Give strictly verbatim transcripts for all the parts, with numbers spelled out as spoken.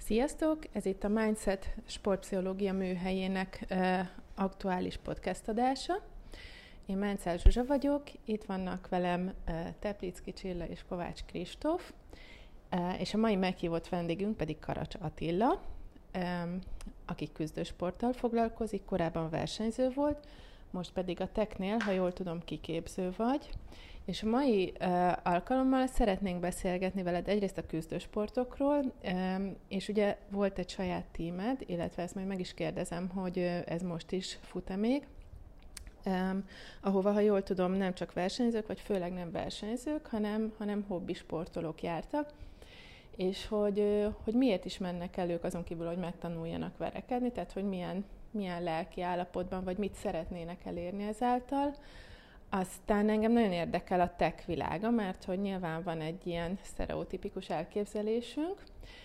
Sziasztok! Ez itt a Mindset sportpszichológia műhelyének uh, aktuális podcast adása. Én Mencel Zsuzsa vagyok, itt vannak velem uh, Tepliczky Csilla és Kovács Kristóf, uh, és a mai meghívott vendégünk pedig Karacs Attila, um, aki küzdősporttal foglalkozik, korábban versenyző volt, most pedig a Teknél, ha jól tudom, kiképző vagy. És a mai uh, alkalommal szeretnénk beszélgetni veled egyrészt a küzdősportokról, um, és ugye volt egy saját tímed, illetve ezt majd meg is kérdezem, hogy uh, ez most is fut-e még, um, ahova, ha jól tudom, nem csak versenyzők, vagy főleg nem versenyzők, hanem, hanem hobbi sportolók jártak, és hogy, uh, hogy miért is mennek el ők azon kívül, hogy megtanuljanak verekedni, tehát hogy milyen, milyen lelki állapotban, vagy mit szeretnének elérni ezáltal. Aztán engem nagyon érdekel a tech világa, mert hogy nyilván van egy ilyen sztereotipikus elképzelésünk,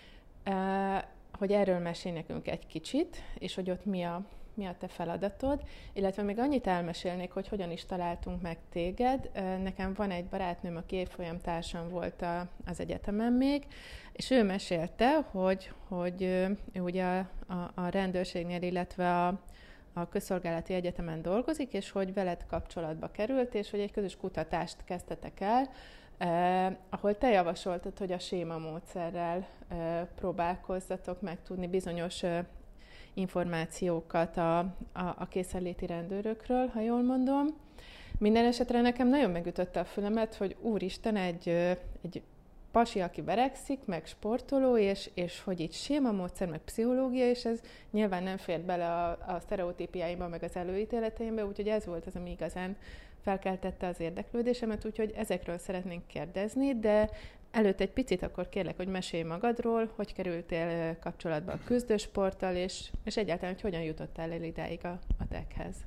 hogy erről mesélj nekünk egy kicsit, és hogy ott mi a, mi a te feladatod, illetve még annyit elmesélnék, hogy hogyan is találtunk meg téged. Nekem van egy barátnőm, aki évfolyamtársam volt a, az egyetemen még, és ő mesélte, hogy, hogy ő ugye a, a, a rendőrségnél, illetve a a közszolgálati egyetemen dolgozik, és hogy veled kapcsolatba került, és hogy egy közös kutatást kezdtetek el, eh, ahol te javasoltad, hogy a séma módszerrel eh, próbálkozzatok megtudni bizonyos eh, információkat a, a, a készenléti rendőrökről, ha jól mondom. Minden esetre nekem nagyon megütötte a fülemet, hogy úristen, egy, egy pasi, aki verekszik, meg sportoló, és, és hogy itt sémamódszer, meg pszichológia, és ez nyilván nem fér bele a, a sztereotípiáimba, meg az előítéleteimbe, úgyhogy ez volt az, ami igazán felkeltette az érdeklődésemet, úgyhogy ezekről szeretnénk kérdezni, de előtt egy picit akkor kérlek, hogy mesélj magadról, hogy kerültél kapcsolatba a küzdősporttal, és, és egyáltalán, hogy hogyan jutottál el idáig a, a techhez.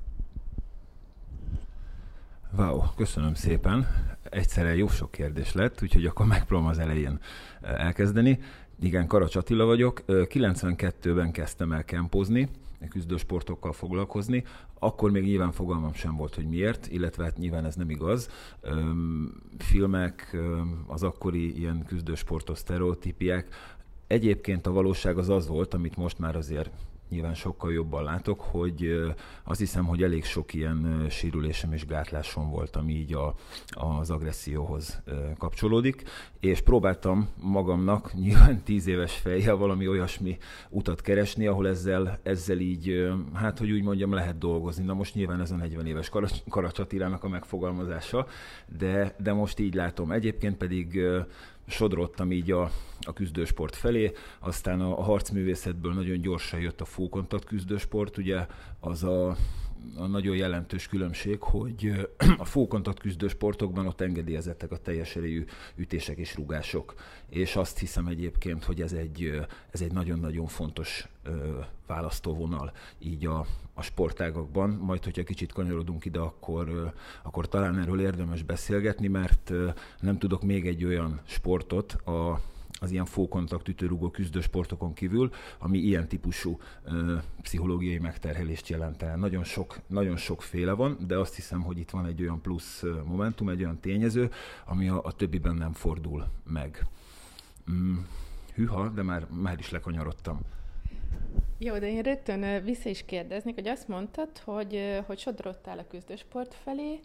Wow, köszönöm szépen. Egyszerre jó sok kérdés lett, úgyhogy akkor megpróbálom az elején elkezdeni. Igen, Karacs Attila vagyok. kilencvenkettőben kezdtem el kempozni, küzdősportokkal foglalkozni. Akkor még nyilván fogalmam sem volt, hogy miért, illetve hát nyilván ez nem igaz. Filmek, az akkori ilyen küzdősportos sztereotípiák. Egyébként a valóság az az volt, amit most már azért nyilván sokkal jobban látok, hogy azt hiszem, hogy elég sok ilyen sérülésem és gátlásom volt, ami így a, az agresszióhoz kapcsolódik, és próbáltam magamnak nyilván tíz éves fejjel valami olyasmi utat keresni, ahol ezzel, ezzel így, hát hogy úgy mondjam, lehet dolgozni. Na most nyilván ez a negyven éves Karacs Attilának a megfogalmazása, de, de most így látom. Egyébként pedig sodrottam így a, a küzdősport felé, aztán a, a harcművészetből nagyon gyorsan jött a full-contact küzdősport, ugye az a, a nagyon jelentős különbség, hogy a full-contact küzdősportokban ott engedélyezettek a teljes erejű ütések és rugások, és azt hiszem egyébként, hogy ez egy, ez egy nagyon-nagyon fontos választóvonal így a, a sportágakban. Majd, hogyha kicsit kanyarodunk ide, akkor, akkor talán erről érdemes beszélgetni, mert nem tudok még egy olyan sportot a, az ilyen full-contact ütőrugó küzdősportokon kívül, ami ilyen típusú ö, pszichológiai megterhelést jelent el. Nagyon sok, nagyon sokféle van, de azt hiszem, hogy itt van egy olyan plusz momentum, egy olyan tényező, ami a, a többiben nem fordul meg. Mm, hűha, de már, már is lekanyarodtam. Jó, de én rögtön vissza is kérdeznék, hogy azt mondtad, hogy, hogy sodrottál a küzdősport felé,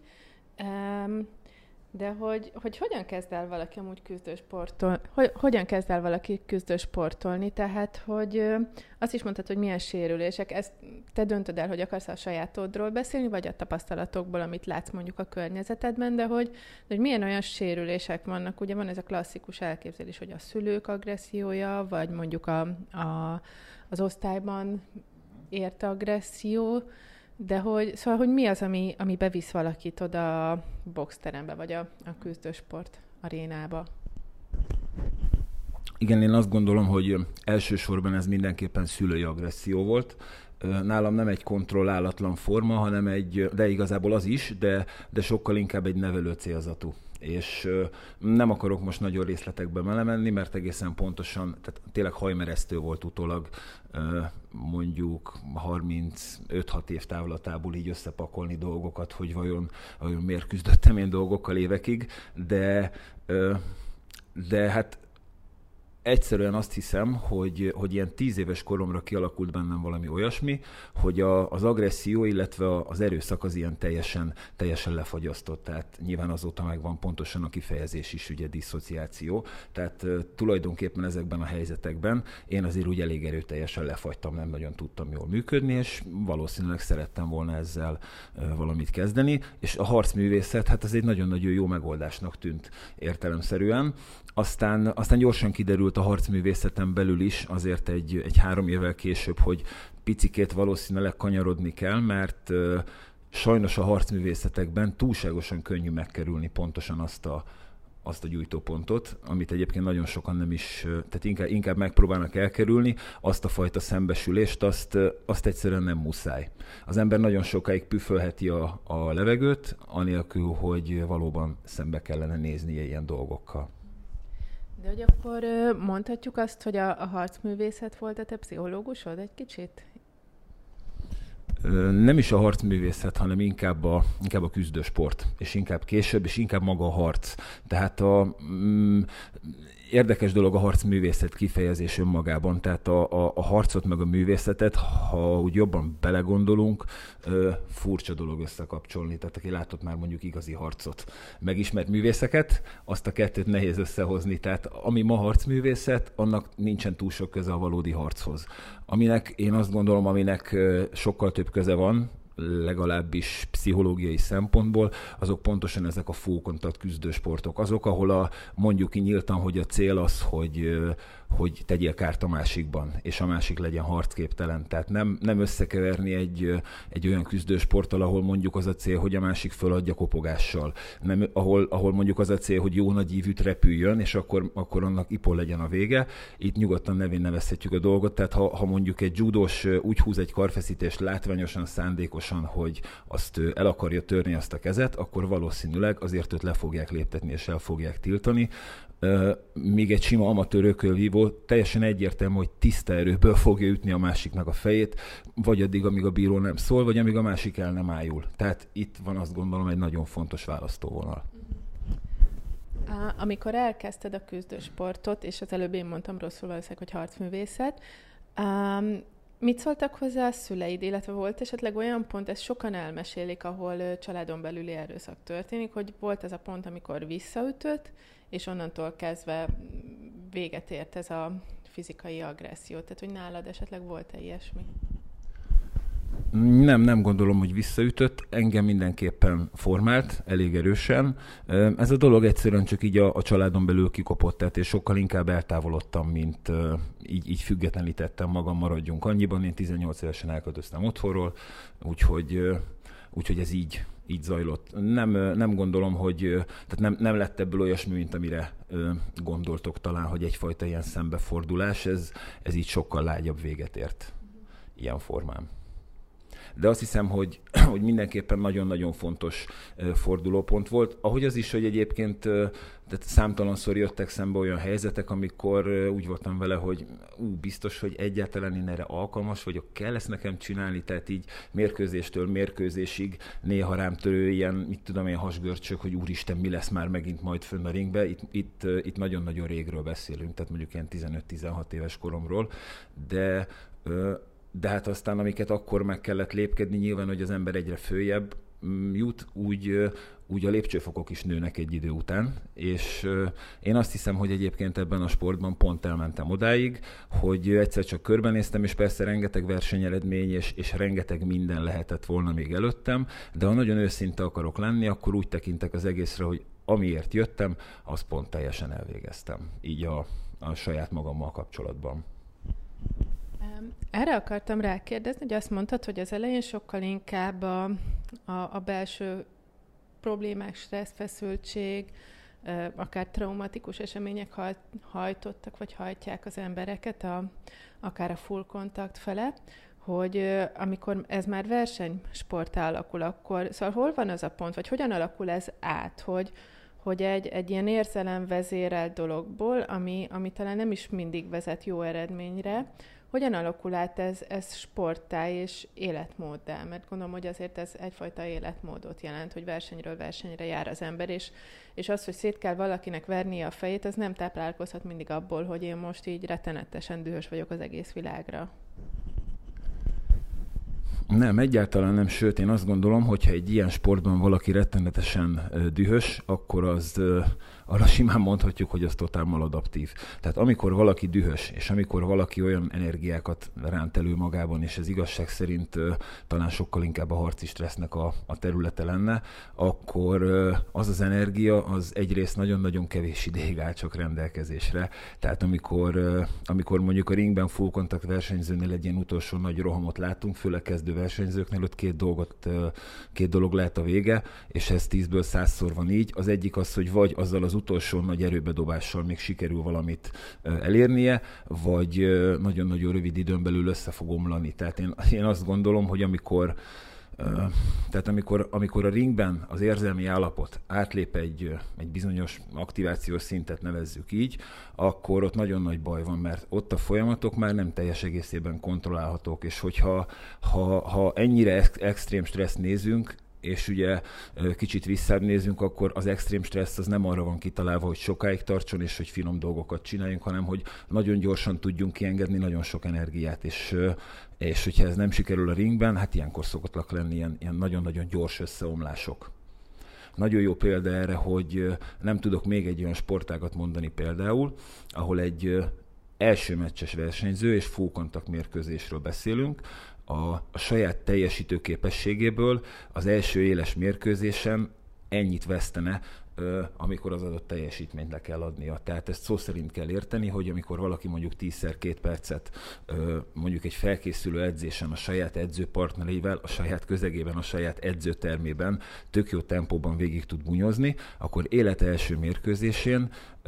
de hogy, hogy hogyan kezd el valaki amúgy küzdősportolni, hogy, hogyan kezd el valaki küzdősportolni, tehát hogy azt is mondtad, hogy milyen sérülések, ezt te döntöd el, hogy akarsz a sajátodról beszélni, vagy a tapasztalatokból, amit látsz mondjuk a környezetedben, de hogy, de hogy milyen olyan sérülések vannak, ugye van ez a klasszikus elképzelés, hogy a szülők agressziója, vagy mondjuk a, a, az osztályban ért agresszió, de hogy, szóval, hogy mi az, ami, ami bevisz valakit oda a boxterembe, vagy a, a küzdősport arénába? Igen, én azt gondolom, hogy elsősorban ez mindenképpen szülői agresszió volt. Nálam nem egy kontrollálatlan forma, hanem egy, de igazából az is, de, de sokkal inkább egy nevelő célzatú. És nem akarok most nagyon részletekbe belemenni, mert egészen pontosan, tehát tényleg hajmeresztő volt utólag mondjuk harmincöt-hat év távlatából így összepakolni dolgokat, hogy vajon, vajon miért küzdöttem én dolgokkal évekig, de, de hát egyszerűen azt hiszem, hogy, hogy ilyen tíz éves koromra kialakult bennem valami olyasmi, hogy a, az agresszió, illetve az erőszak az ilyen teljesen, teljesen lefagyasztott. Tehát nyilván azóta megvan pontosan a kifejezés is, ugye disszociáció. Tehát uh, tulajdonképpen ezekben a helyzetekben én azért úgy elég erőteljesen lefagytam, nem nagyon tudtam jól működni, és valószínűleg szerettem volna ezzel uh, valamit kezdeni. És a harcművészet, hát ez egy nagyon-nagyon jó megoldásnak tűnt értelemszerűen. Aztán, aztán gyorsan kiderült a harcművészeten belül is, azért egy, egy három évvel később, hogy picikét valószínűleg kanyarodni kell, mert uh, sajnos a harcművészetekben túlságosan könnyű megkerülni pontosan azt a, azt a gyújtópontot, amit egyébként nagyon sokan nem is, tehát inkább, inkább megpróbálnak elkerülni, azt a fajta szembesülést, azt, azt egyszerűen nem muszáj. Az ember nagyon sokáig püfölheti a, a levegőt, anélkül, hogy valóban szembe kellene néznie ilyen dolgokkal. De hogy akkor mondhatjuk azt, hogy a, a harcművészet volt a te pszichológusod egy kicsit? Nem is a harcművészet, hanem inkább a, inkább a küzdősport, és inkább később, és inkább maga a harc. Tehát a... Mm, érdekes dolog a harcművészet kifejezés önmagában, tehát a, a, a harcot meg a művészetet, ha úgy jobban belegondolunk, furcsa dolog összekapcsolni. Tehát aki látott már mondjuk igazi harcot, megismert művészeket, azt a kettőt nehéz összehozni. Tehát ami ma harcművészet, annak nincsen túl sok köze a valódi harchoz. Aminek én azt gondolom, aminek sokkal több köze van, legalábbis pszichológiai szempontból, azok pontosan ezek a full-kontakt küzdősportok. Azok, ahol a, mondjuk ki nyíltan, hogy a cél az, hogy, hogy tegyél kárt a másikban, és a másik legyen harcképtelen. Tehát nem, nem összekeverni egy, egy olyan küzdősporttal, ahol mondjuk az a cél, hogy a másik föladja kopogással. Nem, ahol, ahol mondjuk az a cél, hogy jó nagy ívűt repüljön, és akkor, akkor annak ipol legyen a vége. Itt nyugodtan nevén nevezhetjük a dolgot. Tehát ha, ha mondjuk egy judós úgy húz egy karfeszítést látványosan, szándékosan, hogy azt el akarja törni azt a kezet, akkor valószínűleg azért őt le fogják léptetni, és el fogják tiltani. Míg egy sima amatőr ökölvívó teljesen egyértelmű, hogy tiszta erőből fogja ütni a másiknak a fejét, vagy addig, amíg a bíró nem szól, vagy amíg a másik el nem ájul. Tehát itt van, azt gondolom, egy nagyon fontos választóvonal. Amikor elkezdted a küzdősportot, és az előbb én mondtam rosszul valószínűleg, hogy harcművészet, um, mit szóltak hozzá a szüleid, illetve volt esetleg olyan pont, ezt sokan elmesélik, ahol családon belüli erőszak történik, hogy volt ez a pont, amikor visszaütött, és onnantól kezdve véget ért ez a fizikai agresszió. Tehát, hogy nálad esetleg volt-e ilyesmi? Nem, nem gondolom, hogy visszaütött. Engem mindenképpen formált, elég erősen. Ez a dolog egyszerűen csak így a, a családon belül kikopott, tehát és sokkal inkább eltávolodtam, mint így, így függetlenítettem magam, maradjunk annyiban. Én tizennyolc évesen elköltöztem otthonról, úgyhogy, úgyhogy ez így, így zajlott. Nem, nem gondolom, hogy tehát nem, nem lett ebből olyasmi, mint amire gondoltok talán, hogy egyfajta ilyen szembefordulás, ez, ez így sokkal lágyabb véget ért ilyen formán. De azt hiszem, hogy, hogy mindenképpen nagyon-nagyon fontos fordulópont volt. Ahogy az is, hogy egyébként tehát számtalanszor jöttek szembe olyan helyzetek, amikor úgy voltam vele, hogy ú, biztos, hogy egyáltalán én erre alkalmas vagyok, kell ezt nekem csinálni, tehát így mérkőzéstől mérkőzésig néha rám törő ilyen, mit tudom én, hasgörcsök, hogy úristen, mi lesz már megint majd fönn a ringbe. Itt, itt, itt nagyon-nagyon régről beszélünk, tehát mondjuk ilyen tizenöt-tizenhat éves koromról, de De hát aztán, amiket akkor meg kellett lépkedni, nyilván, hogy az ember egyre följebb jut, úgy, úgy a lépcsőfokok is nőnek egy idő után, és én azt hiszem, hogy egyébként ebben a sportban pont elmentem odáig, hogy egyszer csak körbenéztem, és persze rengeteg versenyeredmény, és, és rengeteg minden lehetett volna még előttem, de ha nagyon őszinte akarok lenni, akkor úgy tekintek az egészre, hogy amiért jöttem, azt pont teljesen elvégeztem, így a, a saját magammal kapcsolatban. Erre akartam rákérdezni, hogy azt mondtad, hogy az elején sokkal inkább a, a, a belső problémák, stressz, feszültség, akár traumatikus események hajtottak, vagy hajtják az embereket, a, akár a full kontakt fele, hogy amikor ez már versenysporttá alakul, akkor szóval hol van az a pont, vagy hogyan alakul ez át, hogy, hogy egy, egy ilyen érzelemvezérelt dologból, ami, ami talán nem is mindig vezet jó eredményre, hogyan alakul át ez, ez sporttá és életmóddá? Mert gondolom, hogy azért ez egyfajta életmódot jelent, hogy versenyről versenyre jár az ember, és, és az, hogy szét kell valakinek vernie a fejét, az nem táplálkozhat mindig abból, hogy én most így rettenetesen dühös vagyok az egész világra. Nem, egyáltalán nem, sőt, én azt gondolom, hogyha egy ilyen sportban valaki rettenetesen dühös, akkor az arra simán mondhatjuk, hogy az totál maladaptív. Tehát amikor valaki dühös, és amikor valaki olyan energiákat ránt elő magában, és ez igazság szerint talán sokkal inkább a harci stressznek a, a területe lenne, akkor az az energia, az egyrészt nagyon-nagyon kevés ideig áll csak rendelkezésre. Tehát amikor, amikor mondjuk a ringben full kontakt versenyzőnél egy ilyen utolsó nagy rohamot látunk, főleg kezdő versenyzőknél, ott két, dolgot, két dolog lehet a vége, és ez tízből százszor van így. Az egyik az, hogy vagy azzal az utolsó nagy erőbedobással még sikerül valamit elérnie, vagy nagyon-nagyon rövid időn belül össze fog omlani. Tehát én, én azt gondolom, hogy amikor Tehát amikor, amikor a ringben az érzelmi állapot átlép egy, egy bizonyos aktivációs szintet, nevezzük így, akkor ott nagyon nagy baj van, mert ott a folyamatok már nem teljes egészében kontrollálhatók, és hogyha ha, ha ennyire ex, extrém stresszt nézünk, és ugye kicsit visszább nézünk, akkor az extrém stressz az nem arra van kitalálva, hogy sokáig tartson, és hogy finom dolgokat csináljunk, hanem hogy nagyon gyorsan tudjunk kiengedni nagyon sok energiát, és, és hogyha ez nem sikerül a ringben, hát ilyenkor szokottak lenni ilyen, ilyen nagyon-nagyon gyors összeomlások. Nagyon jó példa erre, hogy nem tudok még egy olyan sportágat mondani például, ahol egy első meccses versenyző és full kontakt mérkőzésről beszélünk, A, a saját teljesítő képességéből az első éles mérkőzésen ennyit vesztene, amikor az adott teljesítményt le kell adnia. Tehát ezt szó szerint kell érteni, hogy amikor valaki mondjuk tízszer két percet mondjuk egy felkészülő edzésen a saját edzőpartnereivel, a saját közegében, a saját edzőtermében tök jó tempóban végig tud bunyozni, akkor élete első mérkőzésén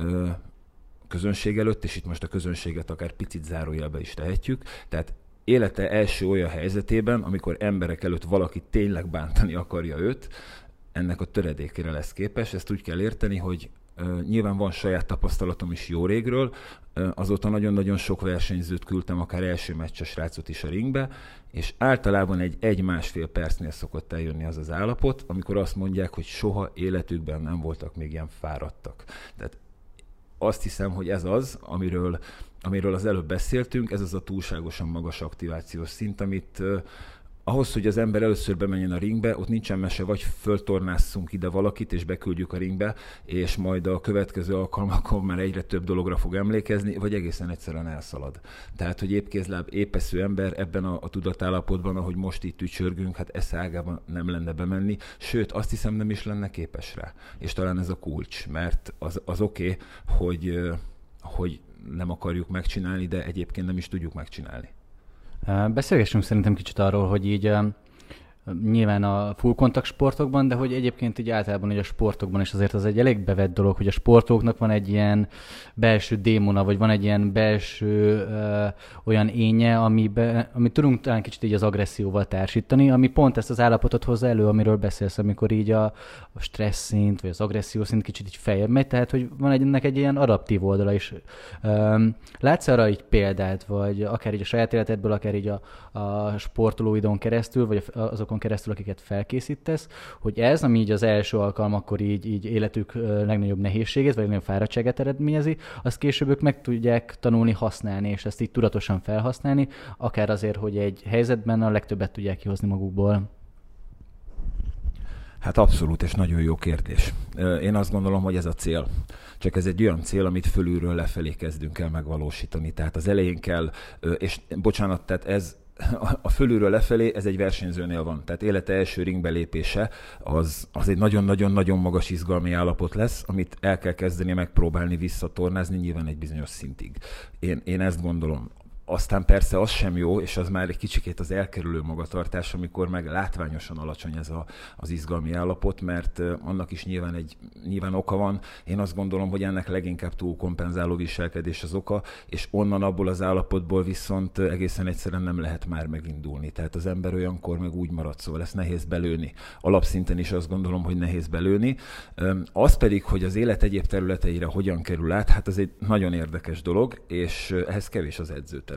közönség előtt, és itt most a közönséget akár picit zárójelbe is tehetjük, tehát élete első olyan helyzetében, amikor emberek előtt valaki tényleg bántani akarja őt, ennek a töredékére lesz képes. Ezt úgy kell érteni, hogy uh, nyilván van saját tapasztalatom is jó régről, uh, azóta nagyon-nagyon sok versenyzőt küldtem, akár első meccses srácot is a ringbe, és általában egy egy-másfél percnél szokott eljönni az az állapot, amikor azt mondják, hogy soha életükben nem voltak még ilyen fáradtak. Tehát azt hiszem, hogy ez az, amiről amiről az előbb beszéltünk, ez az a túlságosan magas aktivációs szint, amit uh, ahhoz, hogy az ember először bemenjen a ringbe, ott nincsen mese, vagy föltornásszunk ide valakit, és beküldjük a ringbe, és majd a következő alkalmakon már egyre több dologra fog emlékezni, vagy egészen egyszerűen elszalad. Tehát, hogy épkézláb, épeszű ember ebben a, a tudatállapotban, ahogy most itt tücsörgünk, hát esze ágában nem lenne bemenni, sőt, azt hiszem nem is lenne képes rá. És talán ez a kulcs, mert az, az oké, okay, hogy, uh, hogy nem akarjuk megcsinálni, de egyébként nem is tudjuk megcsinálni. Beszélgessünk szerintem kicsit arról, hogy így nyilván a full kontakt sportokban, de hogy egyébként így általában hogy a sportokban is azért az egy elég bevett dolog, hogy a sportolóknak van egy ilyen belső démona, vagy van egy ilyen belső ö, olyan énje, amibe, amit tudunk talán kicsit így az agresszióval társítani, ami pont ezt az állapotot hozza elő, amiről beszélsz, amikor így a, a stressz szint, vagy az agresszió szint kicsit így feljebb megy, tehát hogy van egy, ennek egy ilyen adaptív oldala is. Ö, látsz arra így példát, vagy akár így a saját életedből, akár így a, a sportolóidon keresztül, vagy azokon keresztül, akiket felkészítesz, hogy ez, ami így az első alkalmakkor így, így életük legnagyobb nehézségét, vagy legnagyobb fáradtságát eredményezi, azt később ők meg tudják tanulni használni, és ezt így tudatosan felhasználni, akár azért, hogy egy helyzetben a legtöbbet tudják kihozni magukból. Hát abszolút, és nagyon jó kérdés. Én azt gondolom, hogy ez a cél. Csak ez egy olyan cél, amit fölülről lefelé kezdünk el megvalósítani. Tehát az elején kell, és bocsánat, tehát ez a fölülről lefelé, ez egy versenyzőnél van. Tehát élete első ringbe lépése, az, az egy nagyon-nagyon-nagyon magas izgalmi állapot lesz, amit el kell kezdeni megpróbálni visszatornázni, nyilván egy bizonyos szintig. Én, én ezt gondolom. Aztán persze az sem jó, és az már egy kicsikét az elkerülő magatartás, amikor meg látványosan alacsony ez a, az izgalmi állapot, mert annak is nyilván egy nyilván oka van. Én azt gondolom, hogy ennek leginkább túlkompenzáló viselkedés az oka, és onnan abból az állapotból viszont egészen egyszerűen nem lehet már megindulni. Tehát az ember olyankor meg úgy marad, szóval ezt nehéz belőni. Alapszinten is azt gondolom, hogy nehéz belőni. Az pedig, hogy az élet egyéb területeire hogyan kerül át, hát ez egy nagyon érdekes dolog, és ehhez kevés az edzőterem.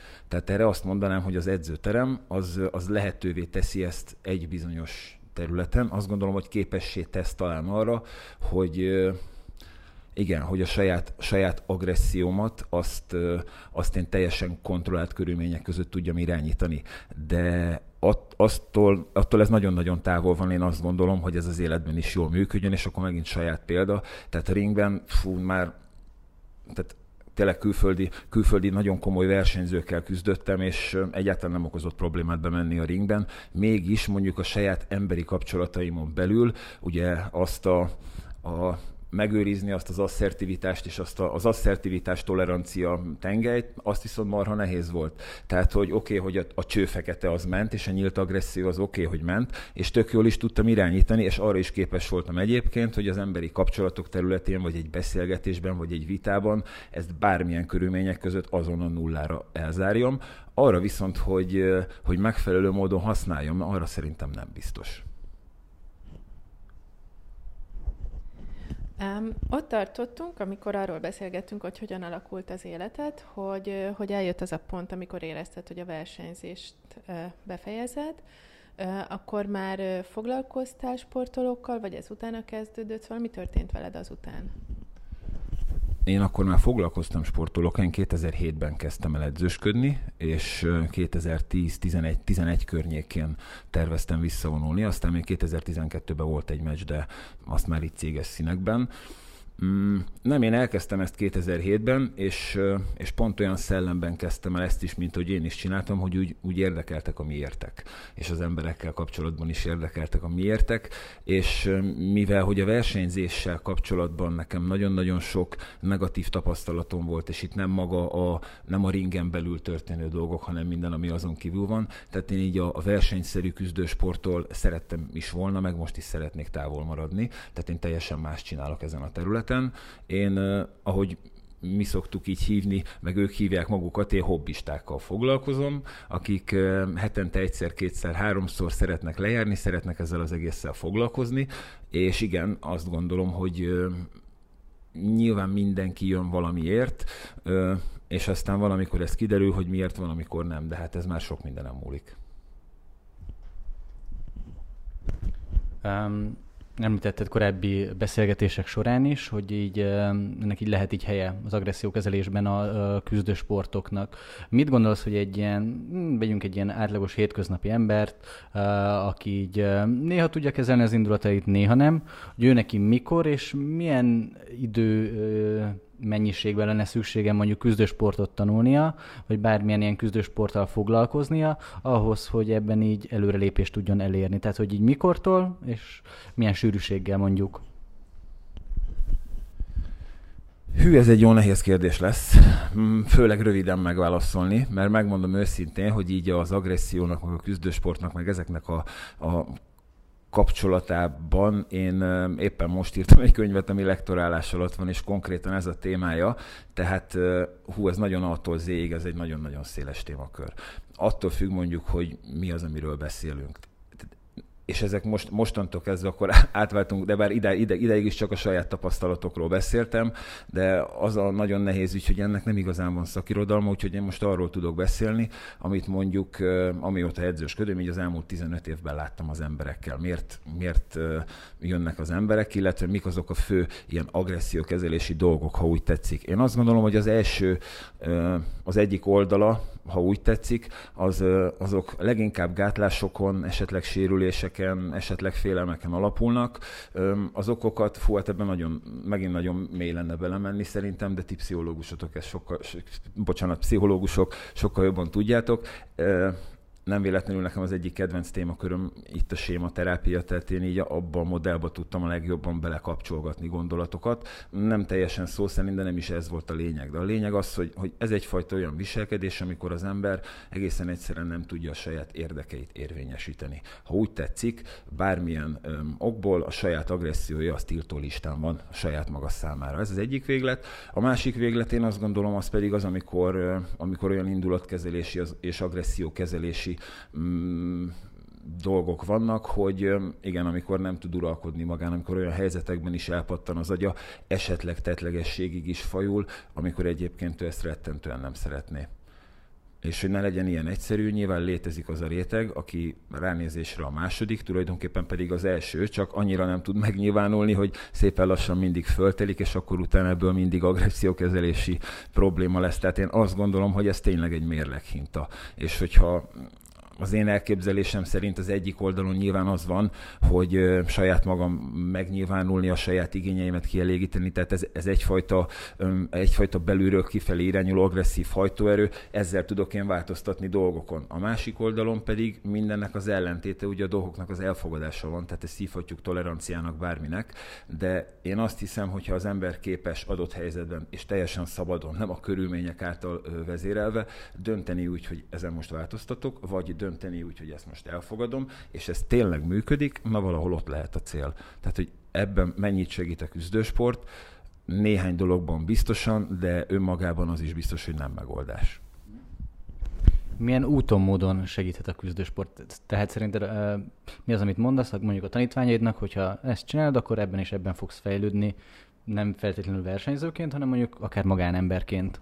Tehát erre azt mondanám, hogy az edzőterem az, az lehetővé teszi ezt egy bizonyos területen. Azt gondolom, hogy képessé tesz talán arra, hogy igen, hogy a saját, saját agressziómat azt, azt én teljesen kontrollált körülmények között tudjam irányítani. De att, attól, attól ez nagyon-nagyon távol van, én azt gondolom, hogy ez az életben is jól működjön, és akkor megint saját példa. Tehát a ringben, fú, már tehát tényleg külföldi, külföldi nagyon komoly versenyzőkkel küzdöttem, és egyáltalán nem okozott problémát bemenni a ringben. Mégis mondjuk a saját emberi kapcsolataimon belül ugye azt a, a megőrizni azt az asszertivitást és azt a, az asszertivitás tolerancia tengelyt, azt viszont marha nehéz volt. Tehát, hogy oké, okay, hogy a, a csőfekete az ment, és a nyílt agresszió az oké, okay, hogy ment, és tök jól is tudtam irányítani, és arra is képes voltam egyébként, hogy az emberi kapcsolatok területén, vagy egy beszélgetésben, vagy egy vitában ezt bármilyen körülmények között azonnal nullára elzárjam. Arra viszont, hogy, hogy megfelelő módon használjam, arra szerintem nem biztos. Um, ott tartottunk, amikor arról beszélgettünk, hogy hogyan alakult az életed, hogy, hogy eljött az a pont, amikor érezted, hogy a versenyzést uh, befejezed, uh, akkor már uh, foglalkoztál sportolókkal, vagy ez utána kezdődött? Valami történt veled azután? Én akkor már foglalkoztam sportolókkal, én kétezer-hétben kezdtem el edzősködni, és kétezer-tíz-tizenegy környékén terveztem visszavonulni, aztán még kétezer-tizenkettőben volt egy meccs, de azt már itt céges színekben. Mm, nem, én elkezdtem ezt kétezer-hétben, és, és pont olyan szellemben kezdtem el ezt is, mint hogy én is csináltam, hogy úgy, úgy érdekeltek a miértek, és az emberekkel kapcsolatban is érdekeltek a miértek, és mivel hogy a versenyzéssel kapcsolatban nekem nagyon-nagyon sok negatív tapasztalatom volt, és itt nem maga a, nem a ringen belül történő dolgok, hanem minden, ami azon kívül van, tehát én így a, a versenyszerű küzdősporttól szerettem is volna, meg most is szeretnék távol maradni, tehát én teljesen más csinálok ezen a területen. Én, ahogy mi szoktuk így hívni, meg ők hívják magukat, én hobbistákkal foglalkozom, akik hetente egyszer, kétszer, háromszor szeretnek lejárni, szeretnek ezzel az egésszel foglalkozni, és igen, azt gondolom, hogy nyilván mindenki jön valamiért, és aztán valamikor ez kiderül, hogy miért, valamikor nem, de hát ez már sok mindenem múlik. Um... Említetted korábbi beszélgetések során is, hogy így ennek így lehet így helye az agressziókezelésben a küzdősportoknak. Mit gondolsz, hogy egy ilyen, vegyünk egy ilyen átlagos hétköznapi embert, aki így néha tudja kezelni az indulatait, néha nem, hogy ő neki mikor és milyen idő mennyiségben lenne szüksége mondjuk küzdősportot tanulnia, vagy bármilyen ilyen küzdősporttal foglalkoznia, ahhoz, hogy ebben így előrelépést tudjon elérni. Tehát, hogy így mikortól, és milyen sűrűséggel mondjuk. Hű, ez egy jó nehéz kérdés lesz, főleg röviden megválaszolni, mert megmondom őszintén, hogy így az agressziónak, meg a küzdősportnak, meg ezeknek a, a kapcsolatában én éppen most írtam egy könyvet, ami lektorálás alatt van, és konkrétan ez a témája, tehát hú, ez nagyon A-tól Z-ig, ez egy nagyon-nagyon széles témakör. Attól függ mondjuk, hogy mi az, amiről beszélünk. És ezek most, mostantól kezdve akkor átváltunk, de bár ide, ide, ideig is csak a saját tapasztalatokról beszéltem, de az a nagyon nehéz ügy, hogy ennek nem igazán van szakirodalma, úgyhogy én most arról tudok beszélni, amit mondjuk, amióta edzősködöm, így az elmúlt tizenöt évben láttam az emberekkel. Miért, miért jönnek az emberek, illetve mik azok a fő ilyen agressziókezelési dolgok, ha úgy tetszik. Én azt gondolom, hogy az első, az egyik oldala, ha úgy tetszik, az, azok leginkább gátlásokon, esetleg sérüléseken, esetleg félelmeken alapulnak. Az okokat, fú, hát ebben nagyon, megint nagyon mély lenne belemenni szerintem, de ti pszichológusok, ezt sokkal, bocsánat, pszichológusok sokkal jobban tudjátok. Nem véletlenül nekem az egyik kedvenc témaköröm itt a sématerápia, tehát én így abban a modellben tudtam a legjobban belekapcsolgatni gondolatokat. Nem teljesen szó szerint, de nem is ez volt a lényeg. De a lényeg az, hogy, hogy ez egyfajta olyan viselkedés, amikor az ember egészen egyszerűen nem tudja a saját érdekeit érvényesíteni. Ha úgy tetszik, bármilyen öm, okból a saját agressziója az tiltó listán van a saját maga számára. Ez az egyik véglet. A másik véglet én azt gondolom, az pedig az, amikor, amikor olyan indulatkezelési és agressziókezelési Mm, dolgok vannak, hogy igen, amikor nem tud uralkodni magán, amikor olyan helyzetekben is elpattan az agya, esetleg tettlegességig is fajul, amikor egyébként ő ezt rettentően nem szeretné. És hogy ne legyen ilyen egyszerű, nyilván létezik az a réteg, aki ránézésre a második, tulajdonképpen pedig az első, csak annyira nem tud megnyilvánulni, hogy szépen lassan mindig föltelik, és akkor utána ebből mindig agressziókezelési probléma lesz. Tehát én azt gondolom, hogy ez tényleg egy mérleghinta. És hogyha az én elképzelésem szerint az egyik oldalon nyilván az van, hogy saját magam megnyilvánulni, a saját igényeimet kielégíteni, tehát ez, ez egyfajta, egyfajta belülről kifelé irányuló agresszív hajtóerő, ezzel tudok én változtatni dolgokon. A másik oldalon pedig mindennek az ellentéte, ugye a dolgoknak az elfogadása van, tehát ezt hívhatjuk toleranciának bárminek, de én azt hiszem, hogyha az ember képes adott helyzetben, és teljesen szabadon, nem a körülmények által vezérelve, dönteni úgy, hogy ezen most változtatok, vagy dönteni úgy, hogy ezt most elfogadom, és ez tényleg működik, na valahol ott lehet a cél. Tehát, hogy ebben mennyit segít a küzdősport, néhány dologban biztosan, de önmagában az is biztos, hogy nem megoldás. Milyen úton, módon segíthet a küzdősport? Tehát szerinted uh, mi az, amit mondasz, mondjuk a tanítványaidnak, hogyha ezt csinálod, akkor ebben és ebben fogsz fejlődni, nem feltétlenül versenyzőként, hanem mondjuk akár magánemberként?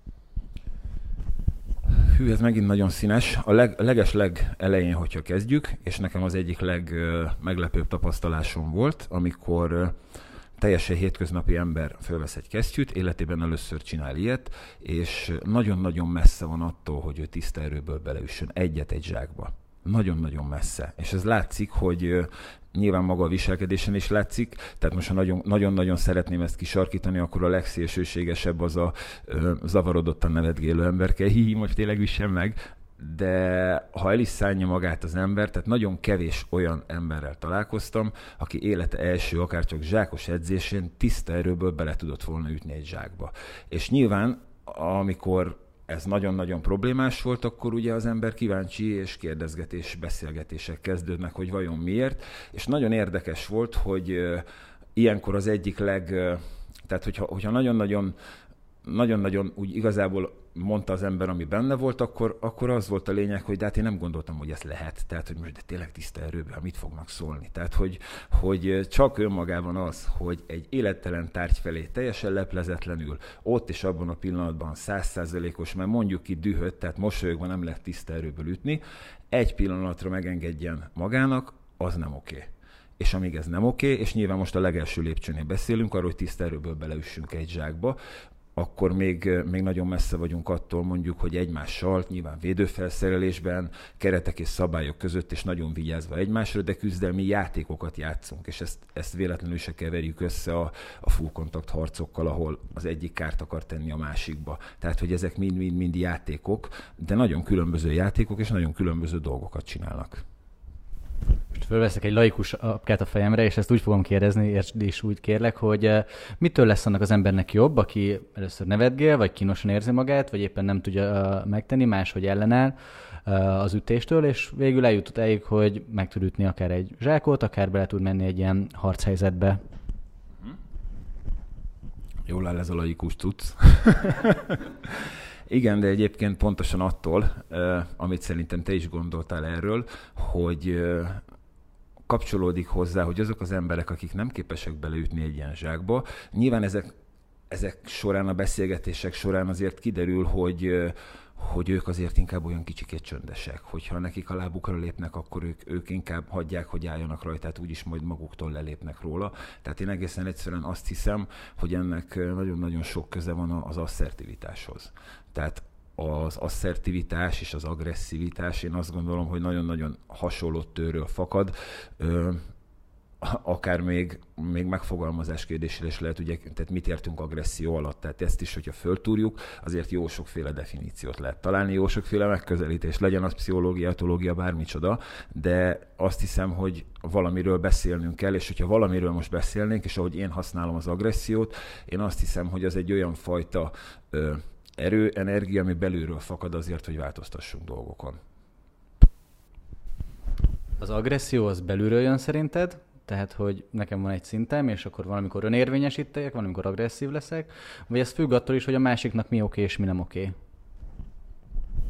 Hű, ez megint nagyon színes. A leg, leges leg elején, hogyha kezdjük, és nekem az egyik legmeglepőbb tapasztalásom volt, amikor uh, teljesen hétköznapi ember fölvesz egy kesztyűt, életében először csinál ilyet, és nagyon-nagyon messze van attól, hogy ő tiszta erőből beleüssön egyet egy zsákba. Nagyon-nagyon messze. És ez látszik, hogy uh, nyilván maga a viselkedésen is látszik, tehát most ha nagyon, nagyon-nagyon szeretném ezt kisarkítani, akkor a legszélsőségesebb az a uh, zavarodottan nevetgélő emberke, hi, most tényleg üssen meg, de ha el is szánja magát az ember, tehát nagyon kevés olyan emberrel találkoztam, aki élete első, akár csak zsákos edzésén tiszta erőből bele tudott volna ütni egy zsákba. És nyilván, amikor ez nagyon-nagyon problémás volt, akkor ugye az ember kíváncsi és kérdezgetés, beszélgetések kezdődnek, hogy vajon miért. És nagyon érdekes volt, hogy uh, ilyenkor az egyik leg... Uh, tehát hogyha, hogyha nagyon-nagyon nagyon-nagyon úgy igazából mondta az ember, ami benne volt, akkor, akkor az volt a lényeg, hogy de hát én nem gondoltam, hogy ez lehet. Tehát, hogy most de tényleg tiszta erőben, mit fognak szólni. Tehát, hogy, hogy csak önmagában az, hogy egy élettelen tárgy felé teljesen leplezetlenül, ott és abban a pillanatban száz százalékos, mert mondjuk ki dühöt, tehát mosolyogva nem lehet tiszta erőből ütni, egy pillanatra megengedjen magának, az nem oké. Okay. És amíg ez nem oké, okay, és nyilván most a legelső lépcsőnél beszélünk arról, hogy tiszta erőből beleüssünk egy zsákba, akkor még, még nagyon messze vagyunk attól mondjuk, hogy egymással, nyilván védőfelszerelésben, keretek és szabályok között, és nagyon vigyázva egymásra, de küzdelmi játékokat játszunk, és ezt, ezt véletlenül se keverjük össze a, a full kontakt harcokkal, ahol az egyik kárt akar tenni a másikba. Tehát, hogy ezek mind-mind-mind játékok, de nagyon különböző játékok, és nagyon különböző dolgokat csinálnak. Most fölveszek egy laikus apkát a fejemre, és ezt úgy fogom kérdezni, értsd is úgy kérlek, hogy mitől lesz annak az embernek jobb, aki először nevetgél, vagy kínosan érzi magát, vagy éppen nem tudja megtenni, máshogy ellenáll az ütéstől, és végül eljut odáig, hogy meg tud ütni akár egy zsákot, akár bele tud menni egy ilyen harchelyzetbe. Jól áll ez a laikus cucc. Igen, de egyébként pontosan attól, amit szerintem te is gondoltál erről, hogy kapcsolódik hozzá, hogy azok az emberek, akik nem képesek beleütni egy ilyen zsákba, nyilván ezek, ezek során, a beszélgetések során azért kiderül, hogy, hogy ők azért inkább olyan kicsikét csöndesek. Hogyha nekik a lábukra lépnek, akkor ők, ők inkább hagyják, hogy álljanak rajta, tehát úgyis majd maguktól lelépnek róla. Tehát én egészen egyszerűen azt hiszem, hogy ennek nagyon-nagyon sok köze van az asszertivitáshoz. Tehát az asszertivitás és az agresszivitás, én azt gondolom, hogy nagyon-nagyon hasonló tőről fakad, Ö, akár még, még megfogalmazás kérdésére is lehet, ugye, tehát mit értünk agresszió alatt, tehát ezt is, hogyha föltúrjuk, azért jó sokféle definíciót lehet találni, jó sokféle megközelítés, legyen az pszichológia, etológia, bármicsoda, de azt hiszem, hogy valamiről beszélnünk kell, és hogyha valamiről most beszélnénk, és ahogy én használom az agressziót, én azt hiszem, hogy az egy olyan fajta ö, erő, energia, ami belülről fakad azért, hogy változtassunk dolgokon. Az agresszió az belülről jön szerinted? Tehát, hogy nekem van egy szintem, és akkor valamikor önérvényesítek, valamikor agresszív leszek, vagy ez függ attól is, hogy a másiknak mi oké és mi nem oké?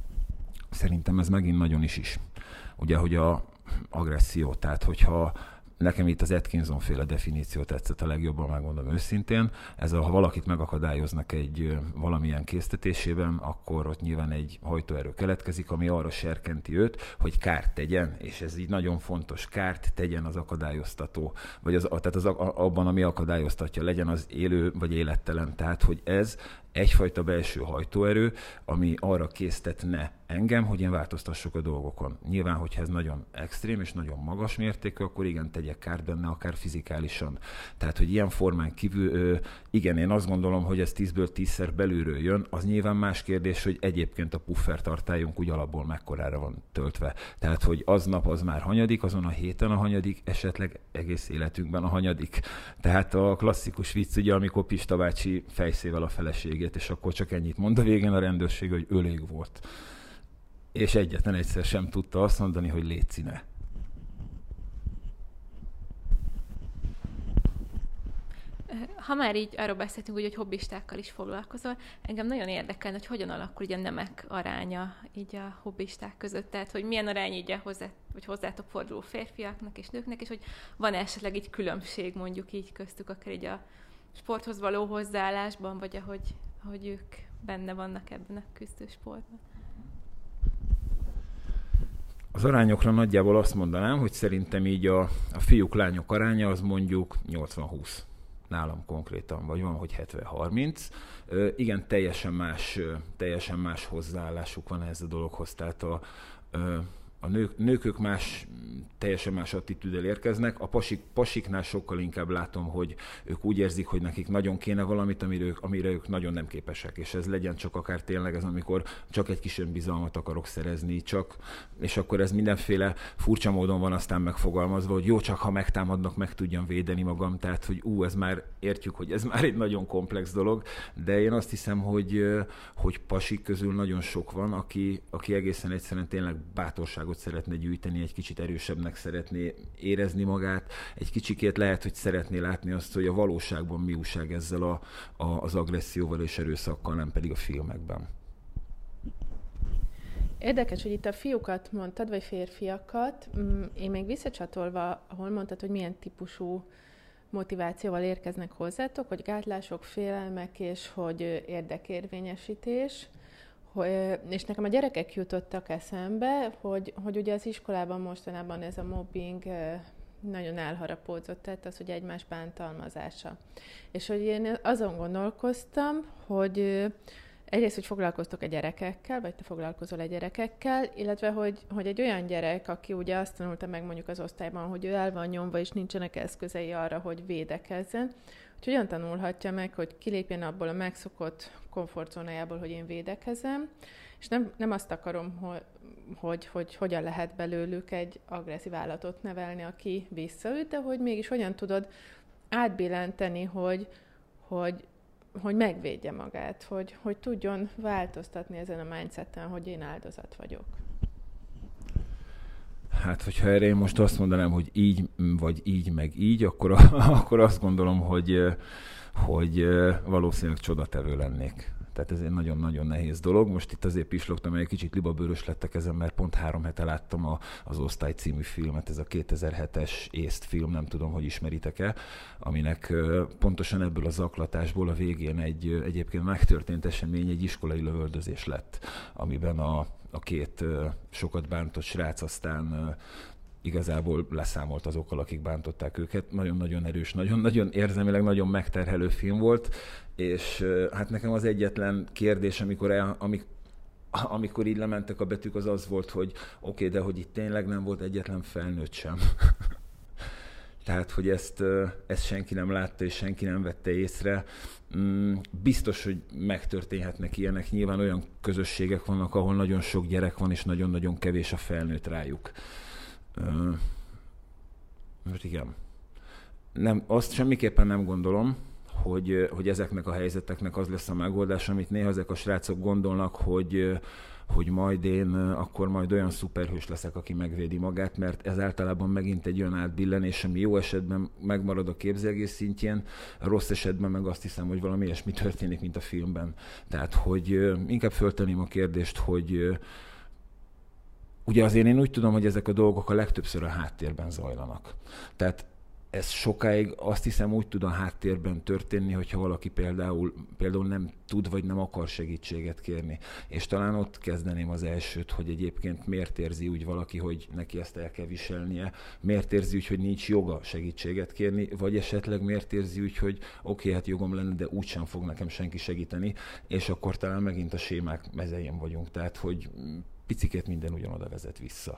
Szerintem ez megint nagyon is is. Ugye, hogy a agresszió, tehát hogyha nekem itt az Atkinson-féle definíció tetszett a legjobban, megmondom őszintén. Ez a, ha valakit megakadályoznak egy valamilyen késztetésében, akkor ott nyilván egy hajtóerő keletkezik, ami arra serkenti őt, hogy kárt tegyen, és ez így nagyon fontos, kárt tegyen az akadályoztató, vagy az, tehát az, abban, ami akadályoztatja, legyen az élő vagy élettelen. Tehát, hogy ez egyfajta belső hajtóerő, ami arra késztetne engem, hogy én változtassuk a dolgokon. Nyilván, hogyha ez nagyon extrém és nagyon magas mértékű, akkor igen, tegyek kárt benne, akár fizikálisan. Tehát, hogy ilyen formán kívül, igen, én azt gondolom, hogy ez tízből tízszer belülről jön, az nyilván más kérdés, hogy egyébként a puffertartályunk úgy alapból mekkorára van töltve. Tehát, hogy aznap az már hanyadik, azon a héten a hanyadik, esetleg egész életünkben a hanyadik. Tehát a klasszikus vicc, ugye, amikor Pista bácsi fejszével a feleségét, és akkor csak ennyit mond a végén a rendőrség, hogy ölég volt. És egyetlen egyszer sem tudta azt mondani, hogy létszi ne. Ha már így arról beszéltünk, hogy hobbistákkal is foglalkozol, engem nagyon érdekel, hogy hogyan alakul így a nemek aránya így a hobbisták között, tehát hogy milyen arány így a hozzá, vagy hozzátok forduló férfiaknak és nőknek, és hogy van esetleg így különbség mondjuk így köztük, akár így a sporthoz való hozzáállásban, vagy ahogy, ahogy ők benne vannak ebben a küzdősportban. Az arányokra nagyjából azt mondanám, hogy szerintem így a, a fiúk-lányok aránya az mondjuk nyolcvan húsz. Nálam konkrétan, vagy van, hogy hetven harminc. Igen, teljesen más, teljesen más hozzáállásuk van ehhez a dologhoz. Tehát a, a nők, nők ők más, teljesen más attitűddel érkeznek. A pasik, pasiknál sokkal inkább látom, hogy ők úgy érzik, hogy nekik nagyon kéne valamit, amire ők, amire ők nagyon nem képesek. És ez legyen csak akár tényleg ez, amikor csak egy kis önbizalmat akarok szerezni, csak, és akkor ez mindenféle furcsa módon van aztán megfogalmazva, hogy jó, csak ha megtámadnak, meg tudjam védeni magam. Tehát, hogy ú, ez már értjük, hogy ez már egy nagyon komplex dolog, de én azt hiszem, hogy, hogy pasik közül nagyon sok van, aki, aki egészen egyszerűen tényleg bátorságot szeretne gyűjteni, egy kicsit erősebbnek szeretné érezni magát, egy kicsikét lehet, hogy szeretné látni azt, hogy a valóságban mi újság ezzel a, a, az agresszióval és erőszakkal, nem pedig a filmekben. Érdekes, hogy itt a fiúkat mondtad, vagy férfiakat. Én még visszacsatolva, ahol mondtad, hogy milyen típusú motivációval érkeznek hozzátok, hogy gátlások, félelmek és hogy érdekérvényesítés. És nekem a gyerekek jutottak eszembe, hogy, hogy ugye az iskolában mostanában ez a mobbing nagyon elharapódzott, tehát az, hogy egymás bántalmazása. És hogy én azon gondolkoztam, hogy egyrészt, hogy foglalkoztok a gyerekekkel, vagy te foglalkozol a gyerekekkel, illetve, hogy, hogy egy olyan gyerek, aki ugye azt tanulta meg mondjuk az osztályban, hogy ő el van nyomva, és nincsenek eszközei arra, hogy védekezzen, hogy hogyan tanulhatja meg, hogy kilépjen abból a megszokott komfortzónájából, hogy én védekezem, és nem, nem azt akarom, hogy, hogy, hogy hogyan lehet belőlük egy agresszív állatot nevelni, aki visszaüt, de hogy mégis hogyan tudod átbillenteni, hogy, hogy, hogy megvédje magát, hogy, hogy tudjon változtatni ezen a mindseten, hogy én áldozat vagyok. Hát, hogyha erre én most azt mondanám, hogy így, vagy így, meg így, akkor, akkor azt gondolom, hogy, hogy valószínűleg csodatevő lennék. Tehát ez egy nagyon-nagyon nehéz dolog. Most itt azért pislogtam, mert egy kicsit libabőrös lettek ezen, mert pont három hete láttam a, az Osztály című filmet, ez a kétezer-hetes észt film, nem tudom, hogy ismeritek-e, aminek pontosan ebből a zaklatásból a végén egy egyébként megtörtént esemény, egy iskolai lövöldözés lett, amiben a a két uh, sokat bántott srác aztán uh, igazából leszámolt azokkal, akik bántották őket. Nagyon-nagyon erős, nagyon-nagyon érzelmileg, nagyon megterhelő film volt, és uh, hát nekem az egyetlen kérdés, amikor, el, amik, amikor így lementek a betűk, az az volt, hogy oké, okay, de hogy itt tényleg nem volt egyetlen felnőtt sem. Tehát, hogy ezt, ezt senki nem látta, és senki nem vette észre. Biztos, hogy megtörténhetnek ilyenek. Nyilván olyan közösségek vannak, ahol nagyon sok gyerek van, és nagyon-nagyon kevés a felnőtt rájuk. Most igen. Nem, azt semmiképpen nem gondolom, hogy, hogy ezeknek a helyzeteknek az lesz a megoldás, amit néha ezek a srácok gondolnak, hogy hogy majd én akkor majd olyan szuperhős leszek, aki megvédi magát, mert ez általában megint egy olyan átbillenés, ami jó esetben megmarad a képzelgés szintjén, rossz esetben meg azt hiszem, hogy valami ilyesmi történik, mint a filmben. Tehát, hogy inkább föltenném a kérdést, hogy ugye azért én úgy tudom, hogy ezek a dolgok a legtöbbször a háttérben zajlanak. Tehát ez sokáig azt hiszem úgy tud a háttérben történni, hogyha valaki például, például nem tud vagy nem akar segítséget kérni. És talán ott kezdeném az elsőt, hogy egyébként miért érzi úgy valaki, hogy neki ezt el kell viselnie, miért érzi úgy, hogy nincs joga segítséget kérni, vagy esetleg miért érzi úgy, hogy oké, okay, hát jogom lenne, de úgysem fog nekem senki segíteni, és akkor talán megint a sémák mezején vagyunk. Tehát, hogy picikét minden ugyanoda vezet vissza.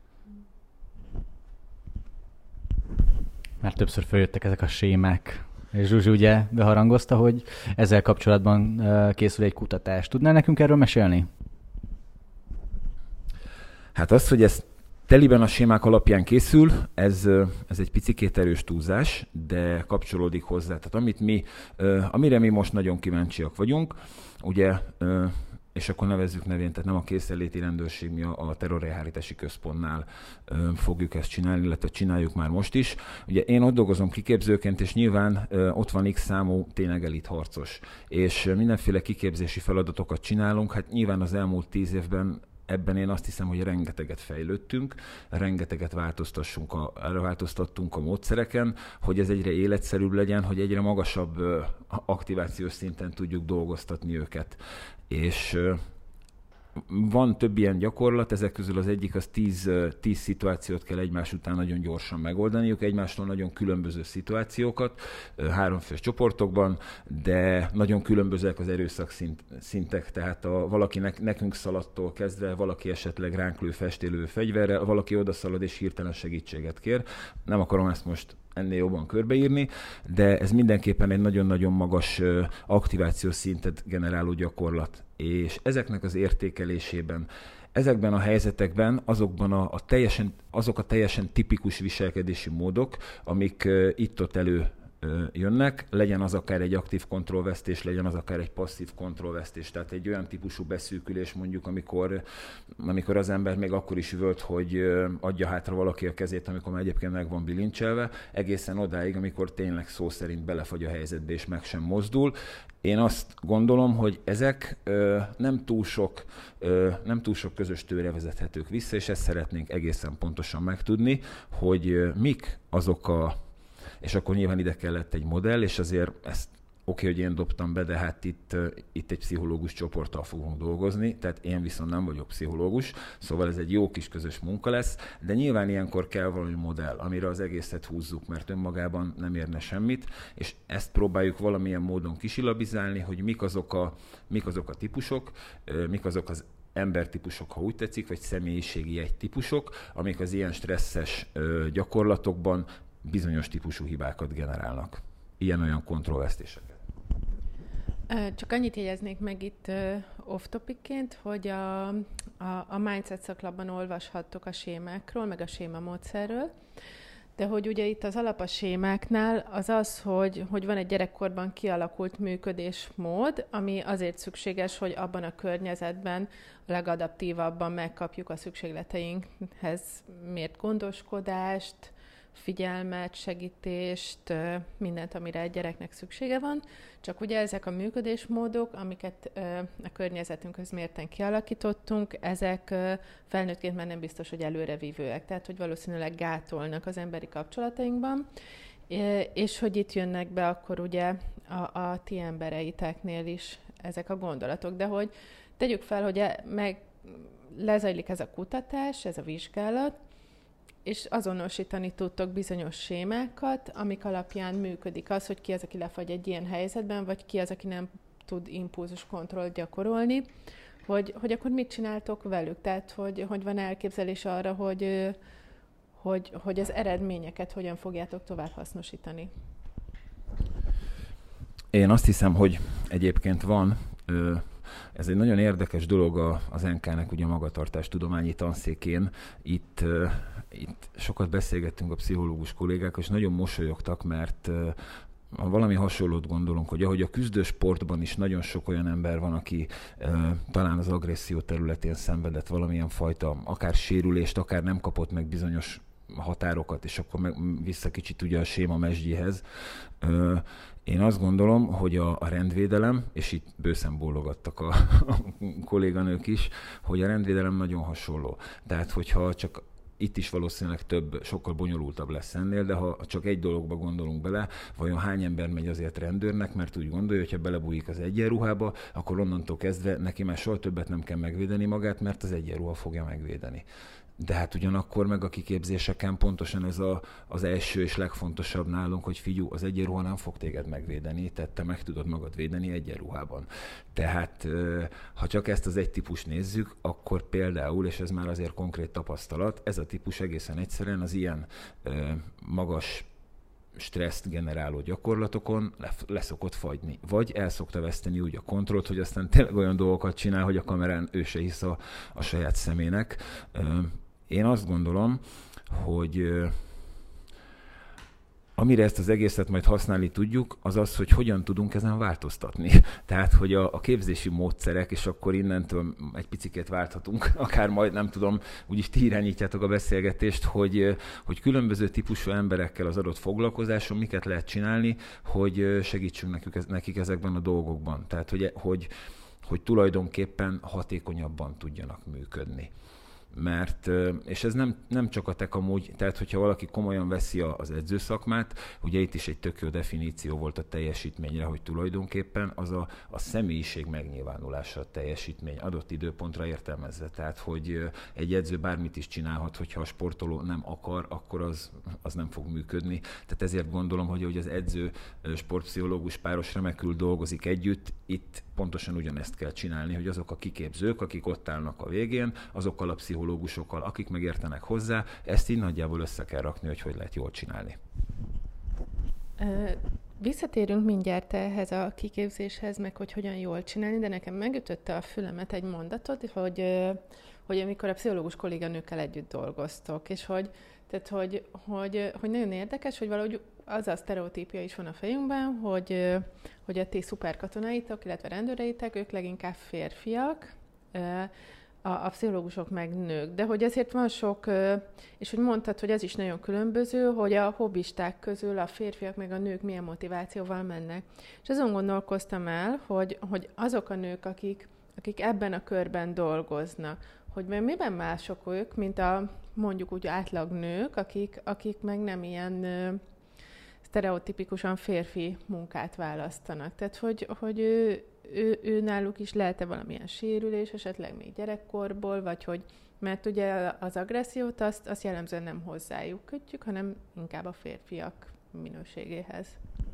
Már többször feljöttek ezek a sémák. És Zsuzsi ugye beharangozta, hogy ezzel kapcsolatban készül egy kutatás. Tudnál nekünk erről mesélni? Hát az, hogy ez teliben a sémák alapján készül, ez, ez egy picikét erős túlzás, de kapcsolódik hozzá. Tehát amit mi, amire mi most nagyon kíváncsiak vagyunk, ugye, és akkor nevezzük nevén, tehát nem a készenléti rendőrség, mi a, a terrorelhárítási központnál ö, fogjuk ezt csinálni, illetve csináljuk már most is. Ugye én ott dolgozom kiképzőként, és nyilván ö, ott van X számú tényleg elit harcos, és ö, mindenféle kiképzési feladatokat csinálunk. Hát nyilván az elmúlt tíz évben ebben én azt hiszem, hogy rengeteget fejlődtünk, rengeteget változtassunk a, változtattunk a módszereken, hogy ez egyre életszerűbb legyen, hogy egyre magasabb ö, aktivációs szinten tudjuk dolgoztatni őket. És van több ilyen gyakorlat, ezek közül az egyik az tíz, tíz szituációt kell egymás után nagyon gyorsan megoldaniuk, egymástól nagyon különböző szituációkat, háromfős csoportokban, de nagyon különbözőek az erőszak szint, szintek, tehát a, valakinek nekünk szaladtól kezdve, valaki esetleg ránk lő festélő fegyverrel, valaki odaszalad és hirtelen segítséget kér. Nem akarom ezt most ennél jobban körbeírni, de ez mindenképpen egy nagyon-nagyon magas aktivációs szintet generáló gyakorlat. És ezeknek az értékelésében, ezekben a helyzetekben azokban a, a teljesen, azok a teljesen tipikus viselkedési módok, amik itt-ott elő jönnek, legyen az akár egy aktív kontrollvesztés, legyen az akár egy passzív kontrollvesztés. Tehát egy olyan típusú beszűkülés mondjuk, amikor, amikor az ember még akkor is üvölt, hogy adja hátra valaki a kezét, amikor már egyébként meg van bilincselve, egészen odáig, amikor tényleg szó szerint belefagy a helyzetbe és meg sem mozdul. Én azt gondolom, hogy ezek ö, nem, túl sok, ö, nem túl sok közös tőre vezethetők vissza, és ezt szeretnénk egészen pontosan megtudni, hogy ö, mik azok a, és akkor nyilván ide kellett egy modell, és azért ezt oké, okay, hogy én dobtam be, de hát itt, itt egy pszichológus csoporttal fogunk dolgozni, tehát én viszont nem vagyok pszichológus, szóval ez egy jó kis közös munka lesz, de nyilván ilyenkor kell valami modell, amire az egészet húzzuk, mert önmagában nem érne semmit, és ezt próbáljuk valamilyen módon kisilabizálni, hogy mik azok a, mik azok a típusok, mik azok az embertípusok, ha úgy tetszik, vagy személyiségi jegytípusok, amik az ilyen stresszes gyakorlatokban bizonyos típusú hibákat generálnak. Ilyen-olyan kontrollvesztéseket. Csak annyit jegyeznék meg itt off-topicként, hogy a, a, a Mindset szaklapban olvashattok a sémákról, meg a séma módszerről, de hogy ugye itt az alap a sémáknál az az, hogy, hogy van egy gyerekkorban kialakult működésmód, ami azért szükséges, hogy abban a környezetben a legadaptívabban megkapjuk a szükségleteinkhez mért gondoskodást, figyelmet, segítést, mindent, amire egy gyereknek szüksége van. Csak ugye ezek a működésmódok, amiket a környezetünkhöz mérten kialakítottunk, ezek felnőttként már nem biztos, hogy előrevívőek. Tehát, hogy valószínűleg gátolnak az emberi kapcsolatainkban, és hogy itt jönnek be akkor ugye a, a ti embereiteknél is ezek a gondolatok. De hogy tegyük fel, hogy meg lezajlik ez a kutatás, ez a vizsgálat, és azonosítani tudtok bizonyos sémákat, amik alapján működik az, hogy ki az, aki lefagy egy ilyen helyzetben, vagy ki az, aki nem tud impulzus kontrollt gyakorolni, hogy, hogy akkor mit csináltok velük? Tehát, hogy, hogy van elképzelés arra, hogy, hogy, hogy az eredményeket hogyan fogjátok tovább hasznosítani? Én azt hiszem, hogy egyébként van... Ö... Ez egy nagyon érdekes dolog az en ká-nek, ugye a magatartástudományi tanszékén. Itt, uh, itt sokat beszélgettünk a pszichológus kollégákkal, és nagyon mosolyogtak, mert uh, valami hasonlót gondolunk, hogy ahogy a küzdősportban is nagyon sok olyan ember van, aki uh, talán az agresszió területén szenvedett valamilyen fajta, akár sérülést, akár nem kapott meg bizonyos határokat, és akkor meg vissza kicsit ugye a séma mesdjéhez. Én azt gondolom, hogy a, a rendvédelem, és itt bőszen bólogattak a, a kolléganők is, hogy a rendvédelem nagyon hasonló. Tehát, hogyha csak itt is valószínűleg több, sokkal bonyolultabb lesz ennél, de ha csak egy dologba gondolunk bele, vajon hány ember megy azért rendőrnek, mert úgy gondolja, hogy ha belebújik az egyenruhába, akkor onnantól kezdve neki már soha többet nem kell megvédeni magát, mert az egyenruha fogja megvédeni. De hát ugyanakkor meg a kiképzéseken pontosan ez a, az első és legfontosabb nálunk, hogy figyelj, az egyenruha nem fog téged megvédeni, tehát te meg tudod magad védeni egyenruhában. Tehát ha csak ezt az egy típus nézzük, akkor például, és ez már azért konkrét tapasztalat, ez a típus egészen egyszerűen az ilyen magas stresszt generáló gyakorlatokon leszokott fagyni. Vagy el szokta veszteni úgy a kontrollt, hogy aztán tényleg olyan dolgokat csinál, hogy a kamerán ő se hisz a, a saját szemének. Én azt gondolom, hogy amire ezt az egészet majd használni tudjuk, az az, hogy hogyan tudunk ezen változtatni. Tehát, hogy a, a képzési módszerek, és akkor innentől egy picikét válthatunk, akár majd nem tudom, úgyis ti irányítjátok a beszélgetést, hogy, hogy különböző típusú emberekkel az adott foglalkozáson miket lehet csinálni, hogy segítsünk nekik, nekik ezekben a dolgokban. Tehát, hogy, hogy, hogy tulajdonképpen hatékonyabban tudjanak működni. Mert, és ez nem, nem csak a tek amúgy, tehát hogyha valaki komolyan veszi az edzőszakmát, ugye itt is egy tök jó definíció volt a teljesítményre, hogy tulajdonképpen az a, a személyiség megnyilvánulása a teljesítmény adott időpontra értelmezve. Tehát, hogy egy edző bármit is csinálhat, hogyha a sportoló nem akar, akkor az, az nem fog működni. Tehát ezért gondolom, hogy, hogy az edző sportpszichológus páros remekül dolgozik együtt, itt pontosan ugyanezt kell csinálni, hogy azok a kiképzők, akik ott állnak a végén, azokkal a pszichológusokkal, akik megértenek hozzá, ezt így nagyjából össze kell rakni, hogy hogy lehet jól csinálni. Visszatérünk mindjárt ehhez a kiképzéshez, meg hogy hogyan jól csinálni, de nekem megütötte a fülemet egy mondatot, hogy, hogy amikor a pszichológus kolléganőkkel együtt dolgoztok, és hogy, tehát, hogy, hogy, hogy nagyon érdekes, hogy valahogy az a sztereotípia is van a fejünkben, hogy, hogy a ti szuperkatonaitok, illetve rendőreitek, ők leginkább férfiak, a, a pszichológusok meg nők. De hogy ezért van sok, és hogy mondtad, hogy ez is nagyon különböző, hogy a hobbisták közül a férfiak meg a nők milyen motivációval mennek. És azon gondolkoztam el, hogy, hogy azok a nők, akik, akik ebben a körben dolgoznak, hogy miben mások ők, mint a mondjuk úgy átlag nők, akik, akik meg nem ilyen sztereotipikusan férfi munkát választanak. Tehát, hogy, hogy ő, ő, ő náluk is lehet-e valamilyen sérülés, esetleg még gyerekkorból, vagy hogy, mert ugye az agressziót azt, azt jellemzően nem hozzájuk kötjük, hanem inkább a férfiak minőségéhez.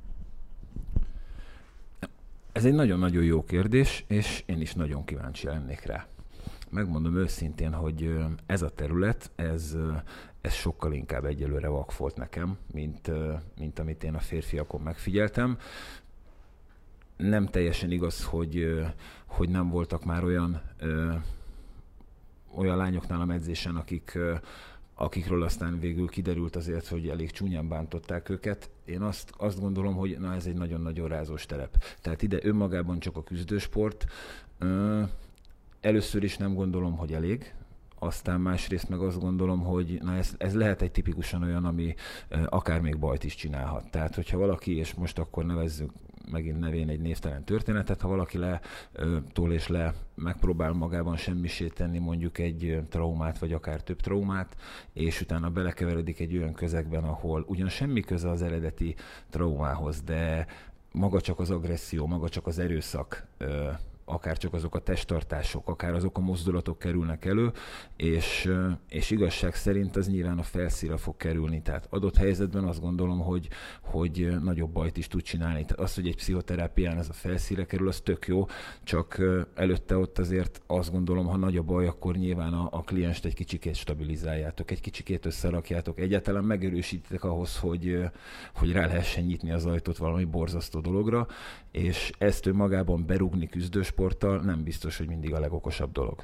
Ez egy nagyon-nagyon jó kérdés, és én is nagyon kíváncsi lennék rá. Megmondom őszintén, hogy ez a terület, ez, ez sokkal inkább egyelőre vakfolt nekem, mint, mint amit én a férfiakon megfigyeltem. Nem teljesen igaz, hogy, hogy nem voltak már olyan, olyan lányok nálam edzésen, akik, akikről aztán végül kiderült azért, hogy elég csúnyán bántották őket. Én azt, azt gondolom, hogy na, ez egy nagyon-nagyon rázós terep. Tehát ide önmagában csak a küzdősport. Először is nem gondolom, hogy elég, aztán másrészt meg azt gondolom, hogy na ez, ez lehet egy tipikusan olyan, ami akár még bajt is csinálhat. Tehát, hogyha valaki, és most akkor nevezzük megint nevén egy névtelen történetet, ha valaki le tól és le megpróbál magában semmisé tenni mondjuk egy traumát, vagy akár több traumát, és utána belekeveredik egy olyan közegben, ahol ugyan semmi köze az eredeti traumához, de maga csak az agresszió, maga csak az erőszak, akár csak azok a testtartások, akár azok a mozdulatok kerülnek elő, és, és igazság szerint az nyilván a felszínre fog kerülni. Tehát adott helyzetben azt gondolom, hogy, hogy nagyobb bajt is tud csinálni. Tehát az, hogy egy pszichoterápián ez a felszínre kerül, az tök jó, csak előtte ott azért azt gondolom, ha nagy a baj, akkor nyilván a, a klienst egy kicsikét stabilizáljátok, egy kicsikét összerakjátok, egyáltalán megerősítitek ahhoz, hogy, hogy rá lehessen nyitni az ajtót valami borzasztó dologra, és ezt önmagában berúgni küzdősporttal nem biztos, hogy mindig a legokosabb dolog.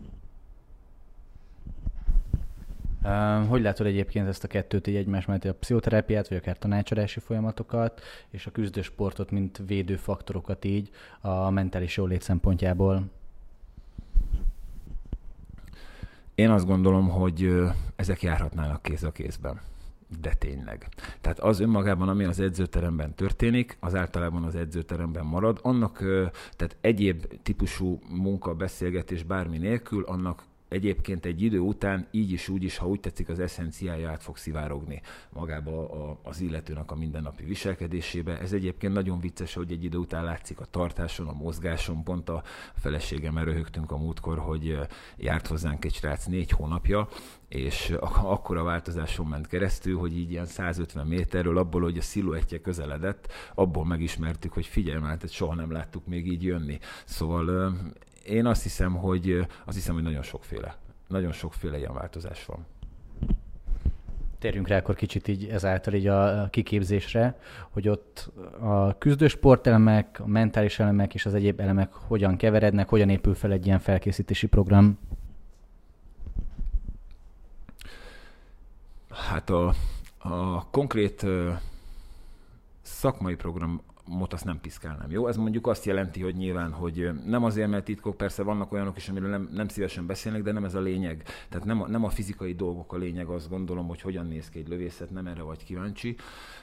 Uh, hogy látod egyébként ezt a kettőt így egymás mellett, a pszichoterápiát, vagy akár tanácsadási folyamatokat, és a küzdősportot, mint védőfaktorokat így a mentális jólét szempontjából? Én azt gondolom, hogy ezek járhatnának kéz a kézben. De tényleg. Tehát az önmagában, ami az edzőteremben történik, az általában az edzőteremben marad. Annak, tehát egyéb típusú munka, beszélgetés bármi nélkül, annak egyébként egy idő után így is, úgy is, ha úgy tetszik, az eszenciája át fog szivárogni magába a, az illetőnek a mindennapi viselkedésébe. Ez egyébként nagyon vicces, hogy egy idő után látszik a tartáson, a mozgáson. Pont a feleségemmel röhögtünk a múltkor, hogy járt hozzánk egy srác négy hónapja, és akkora változáson ment keresztül, hogy így ilyen százötven méterről, abból, hogy a sziluettje közeledett, abból megismertük, hogy figyelj már, tehát soha nem láttuk még így jönni. Szóval én azt hiszem, hogy, azt hiszem, hogy nagyon sokféle, nagyon sokféle ilyen változás van. Térjünk rá akkor kicsit így ezáltal így a kiképzésre, hogy ott a küzdősportelemek, a mentális elemek és az egyéb elemek hogyan keverednek, hogyan épül fel egy ilyen felkészítési program? Hát a, a konkrét szakmai programot azt nem piszkálnám, jó? Ez mondjuk azt jelenti, hogy nyilván, hogy nem azért, mert titkok, persze vannak olyanok is, amiről nem, nem szívesen beszélnek, de nem ez a lényeg. Tehát nem a, nem a fizikai dolgok a lényeg, azt gondolom, hogy hogyan néz ki egy lövészet, nem erre vagy kíváncsi.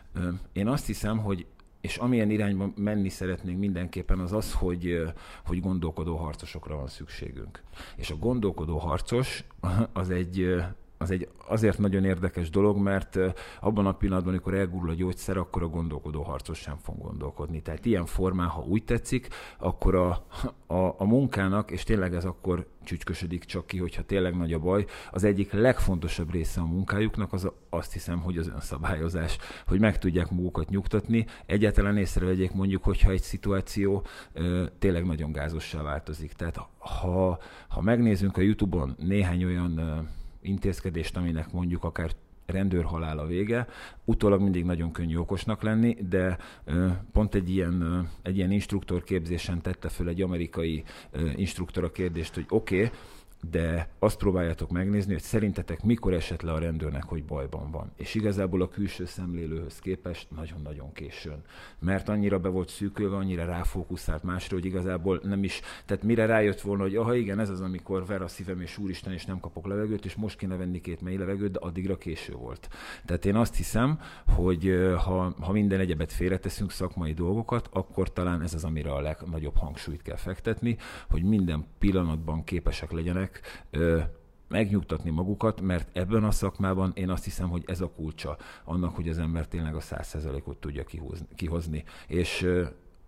Én azt hiszem, hogy és amilyen irányba menni szeretnénk mindenképpen az az, hogy, hogy gondolkodó harcosokra van szükségünk. És a gondolkodó harcos az egy... az egy azért nagyon érdekes dolog, mert abban a pillanatban, amikor elgurul a gyógyszer, akkor a gondolkodó harcos sem fog gondolkodni. Tehát ilyen formán, ha úgy tetszik, akkor a, a, a munkának, és tényleg ez akkor csücskösödik csak ki, hogyha tényleg nagy a baj, az egyik legfontosabb része a munkájuknak, az azt hiszem, hogy az önszabályozás, hogy meg tudják magukat nyugtatni. Egyáltalán észrevegyék mondjuk, hogyha egy szituáció ö, tényleg nagyon gázossá változik. Tehát ha, ha megnézzünk a YouTube-on néhány olyan ö, intézkedést, aminek mondjuk akár rendőrhalál a vége, utólag mindig nagyon könnyű okosnak lenni, de ö, pont egy ilyen, ö, egy ilyen instruktorképzésen tette föl egy amerikai ö, instruktor a kérdést, hogy oké, okay, de azt próbáljátok megnézni, hogy szerintetek mikor esett le a rendőrnek, hogy bajban van. És igazából a külső szemlélőhöz képest nagyon-nagyon későn. Mert annyira be volt szűkülve, annyira ráfókuszált másra, hogy igazából nem is, tehát mire rájött volna, hogy aha igen, ez az, amikor ver a szívem, és úristen, és nem kapok levegőt, és most kéne venni két mély levegőt, de addigra késő volt. Tehát én azt hiszem, hogy ha, ha minden egyebet félreteszünk, szakmai dolgokat, akkor talán ez az, amire a legnagyobb hangsúlyt kell fektetni, hogy minden pillanatban képesek legyenek Ö, megnyugtatni magukat, mert ebben a szakmában én azt hiszem, hogy ez a kulcsa annak, hogy az ember tényleg a száz százalékot tudja kihozni. kihozni. És ö,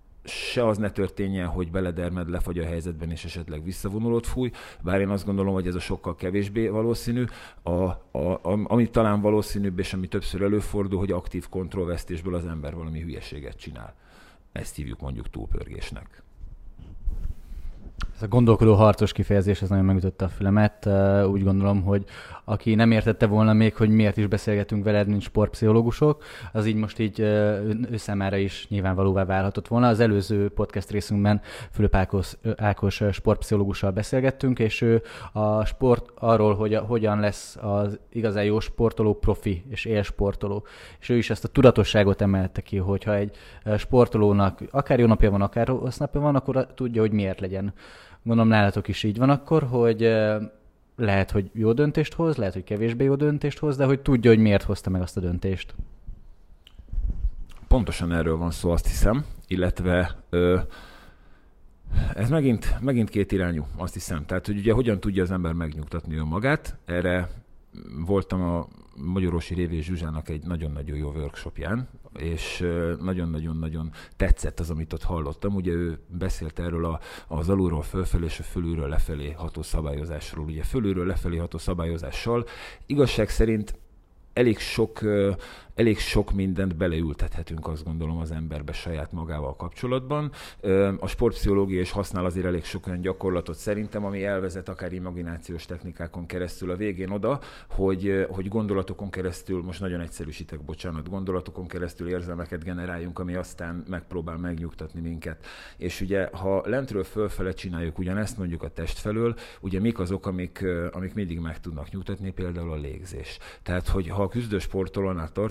se az ne történjen, hogy beledermed, lefagy a helyzetben, és esetleg visszavonulót fúj, bár én azt gondolom, hogy ez a sokkal kevésbé valószínű. A, a, a, ami talán valószínűbb, és ami többször előfordul, hogy aktív kontrollvesztésből az ember valami hülyeséget csinál. Ezt hívjuk mondjuk túlpörgésnek. Ez a gondolkodó harcos kifejezés, ez nagyon megütötte a fülemet. Úgy gondolom, hogy aki nem értette volna még, hogy miért is beszélgetünk veled, mint sportpszichológusok, az így most így ő számára is nyilvánvalóvá válhatott volna. Az előző podcast részünkben Fülöp Ákos, Ákos sportpszichológussal beszélgettünk, és ő a sport arról, hogy a, hogyan lesz az igazán jó sportoló profi és élsportoló. És ő is ezt a tudatosságot emelte ki, hogyha egy sportolónak akár jó napja van, akár rossz napja van, akkor tudja, hogy miért legyen. Gondolom nálatok is így van akkor, hogy lehet, hogy jó döntést hoz, lehet, hogy kevésbé jó döntést hoz, de hogy tudja, hogy miért hozta meg azt a döntést. Pontosan erről van szó, azt hiszem, illetve ö, ez megint, megint két irányú, azt hiszem. Tehát, hogy ugye hogyan tudja az ember megnyugtatni önmagát, erre voltam a Magyarósi Révés Zsuzsának egy nagyon-nagyon jó workshopján, és nagyon-nagyon-nagyon tetszett az, amit ott hallottam. Ugye ő beszélt erről a, az alulról fölfelé és a fölülről lefelé ható szabályozásról. Ugye fölülről lefelé ható szabályozással igazság szerint elég sok, elég sok mindent beleültethetünk, azt gondolom, az emberbe saját magával kapcsolatban. A sportpszichológia is használ azért elég sok olyan gyakorlatot szerintem, ami elvezet akár imaginációs technikákon keresztül a végén oda, hogy, hogy gondolatokon keresztül, most nagyon egyszerűsítek, bocsánat, gondolatokon keresztül érzelmeket generáljunk, ami aztán megpróbál megnyugtatni minket. És ugye, ha lentről fölfele csináljuk ugyanezt, mondjuk a test felől, ugye mik azok, amik, amik mindig meg tudnak nyugtatni, például a légzés. Tehát, hogy ha a küzdősportolónál tartunk,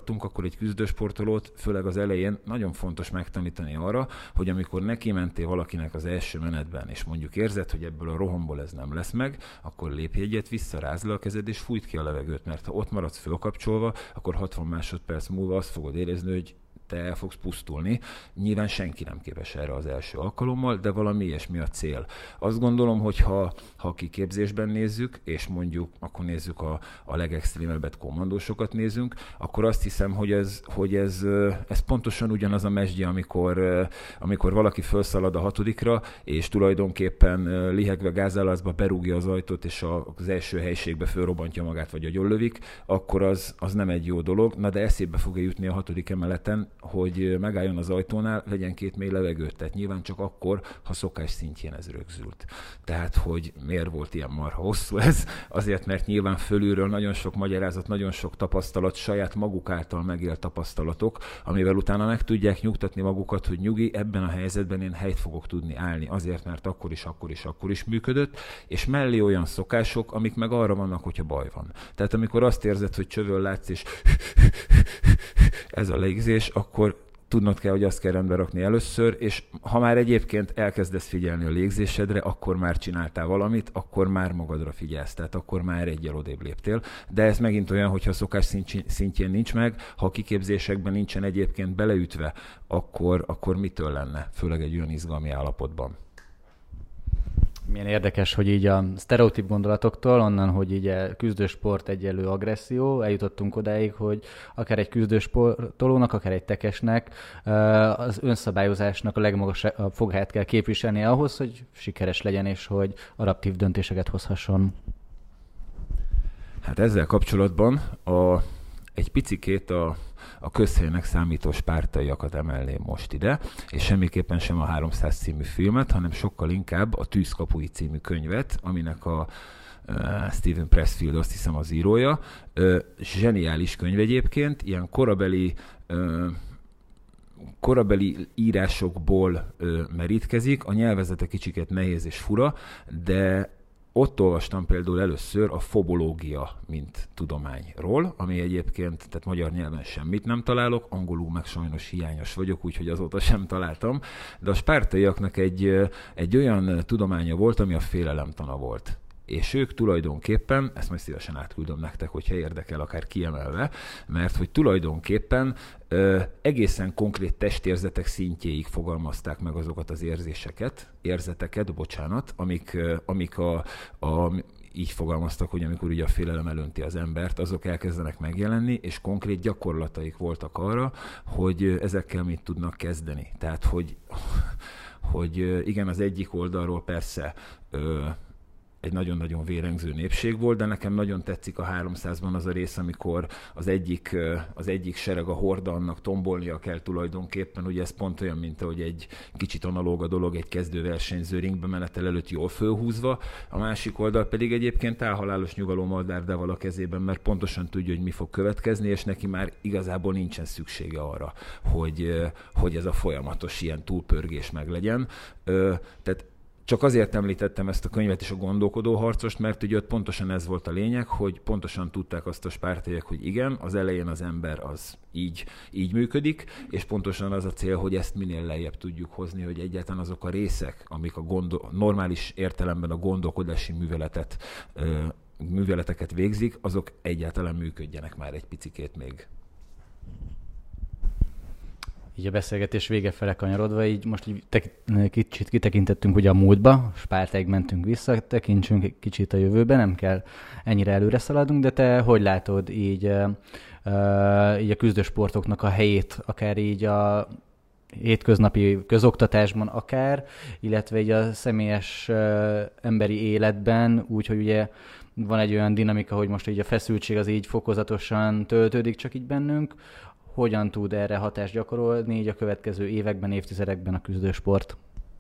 tanítunk, akkor egy küzdősportolót, főleg az elején nagyon fontos megtanítani arra, hogy amikor neki mentél valakinek az első menetben, és mondjuk érzed, hogy ebből a rohamból ez nem lesz meg, akkor lépj egyet vissza, rázd le a kezed, és fújt ki a levegőt, mert ha ott maradsz fölkapcsolva, akkor hatvan másodperc múlva azt fogod érezni, hogy te el fogsz pusztulni. Nyilván senki nem képes erre az első alkalommal, de valami ilyesmi a cél. Azt gondolom, hogy ha, ha kiképzésben nézzük, és mondjuk akkor nézzük a, a legextrémebbet, kommandósokat nézünk, akkor azt hiszem, hogy ez, hogy ez, ez pontosan ugyanaz a mesdje, amikor, amikor valaki felszalad a hatodikra, és tulajdonképpen lihegve gázállásba berúgja az ajtót, és az első helyiségbe fölrobbantja magát, vagy agyonlövik, akkor az, az nem egy jó dolog. Na de eszébe fogja jutni a hatodik emeleten, hogy megálljon az ajtónál, vegyen két mély levegőt. Tehát nyilván csak akkor, ha szokás szintjén ez rögzült. Tehát, hogy miért volt ilyen marha hosszú ez? Azért, mert nyilván fölülről nagyon sok magyarázat, nagyon sok tapasztalat, saját maguk által megélt tapasztalatok, amivel utána meg tudják nyugtatni magukat, hogy nyugi, ebben a helyzetben én helyt fogok tudni állni. Azért, mert akkor is, akkor is, akkor is működött, és mellé olyan szokások, amik meg arra vannak, hogyha baj van. Tehát amikor azt érzed, hogy csövön látsz, és ez a légzés, akkor tudnod kell, hogy azt kell rendbe rakni először, és ha már egyébként elkezdesz figyelni a légzésedre, akkor már csináltál valamit, akkor már magadra figyelsz, tehát akkor már egyel odébb léptél. De ez megint olyan, hogyha a szokás szintjén nincs meg, ha a kiképzésekben nincsen egyébként beleütve, akkor, akkor mitől lenne, főleg egy olyan izgalmi állapotban. Milyen érdekes, hogy így a sztereotíp gondolatoktól, onnan, hogy így a küzdősport egyenlő agresszió, eljutottunk odáig, hogy akár egy küzdősportolónak, akár egy tekesnek az önszabályozásnak a legmagasabb fogát kell képviselni ahhoz, hogy sikeres legyen, és hogy adaptív döntéseket hozhasson. Hát ezzel kapcsolatban a, egy picikét a a közhelynek számító spártaiakat emelném most ide, és semmiképpen sem a háromszáz című filmet, hanem sokkal inkább a Tűzkapui című könyvet, aminek a uh, Steven Pressfield, azt hiszem, az írója. Uh, zseniális könyv egyébként, ilyen korabeli uh, korabeli írásokból uh, merítkezik, a nyelvezete kicsiket nehéz és fura, de ott olvastam például először a fobológia, mint tudományról, ami egyébként, tehát magyar nyelven semmit nem találok, angolul meg sajnos hiányos vagyok, úgyhogy azóta sem találtam, de a spártaiaknak egy, egy olyan tudománya volt, ami a félelemtana volt. És ők tulajdonképpen, ezt majd szívesen átküldöm nektek, hogyha érdekel, akár kiemelve, mert hogy tulajdonképpen ö, egészen konkrét testérzetek szintjéig fogalmazták meg azokat az érzéseket, érzeteket, bocsánat, amik, ö, amik a, a, így fogalmaztak, hogy amikor ugye a félelem elönti az embert, azok elkezdenek megjelenni, és konkrét gyakorlataik voltak arra, hogy ezekkel mit tudnak kezdeni. Tehát, hogy, hogy igen, az egyik oldalról persze ö, egy nagyon-nagyon vérengző népség volt, de nekem nagyon tetszik a háromszázban az a rész, amikor az egyik, az egyik sereg a horda, annak tombolnia kell tulajdonképpen, ugye ez pont olyan, mint ahogy egy kicsit analóg a dolog, egy kezdőversenyző ringbe menetel előtt jól fölhúzva, a másik oldal pedig egyébként áll halálos nyugalom Aldárdával a kezében, mert pontosan tudja, hogy mi fog következni, és neki már igazából nincsen szüksége arra, hogy, hogy ez a folyamatos ilyen túlpörgés meglegyen. Tehát csak azért említettem ezt a könyvet és a gondolkodó harcost, mert ugye ott pontosan ez volt a lényeg, hogy pontosan tudták azt a spártaiak, hogy igen, az elején az ember az így, így működik, és pontosan az a cél, hogy ezt minél lejjebb tudjuk hozni, hogy egyáltalán azok a részek, amik a gondol- normális értelemben a gondolkodási műveletet, műveleteket végzik, azok egyáltalán működjenek már egy picikét még. Így a beszélgetés vége fele kanyarodva, így most így te- kicsit kitekintettünk ugye a múltba, Spártáig mentünk vissza, tekintsünk egy kicsit a jövőbe, nem kell ennyire előre szaladnunk, de te hogy látod így, uh, így a küzdősportoknak a helyét, akár így a hétköznapi közoktatásban akár, illetve így a személyes uh, emberi életben, úgyhogy ugye van egy olyan dinamika, hogy most így a feszültség az így fokozatosan töltődik csak így bennünk. Hogyan tud erre hatást gyakorolni így a következő években, évtizedekben a küzdősport?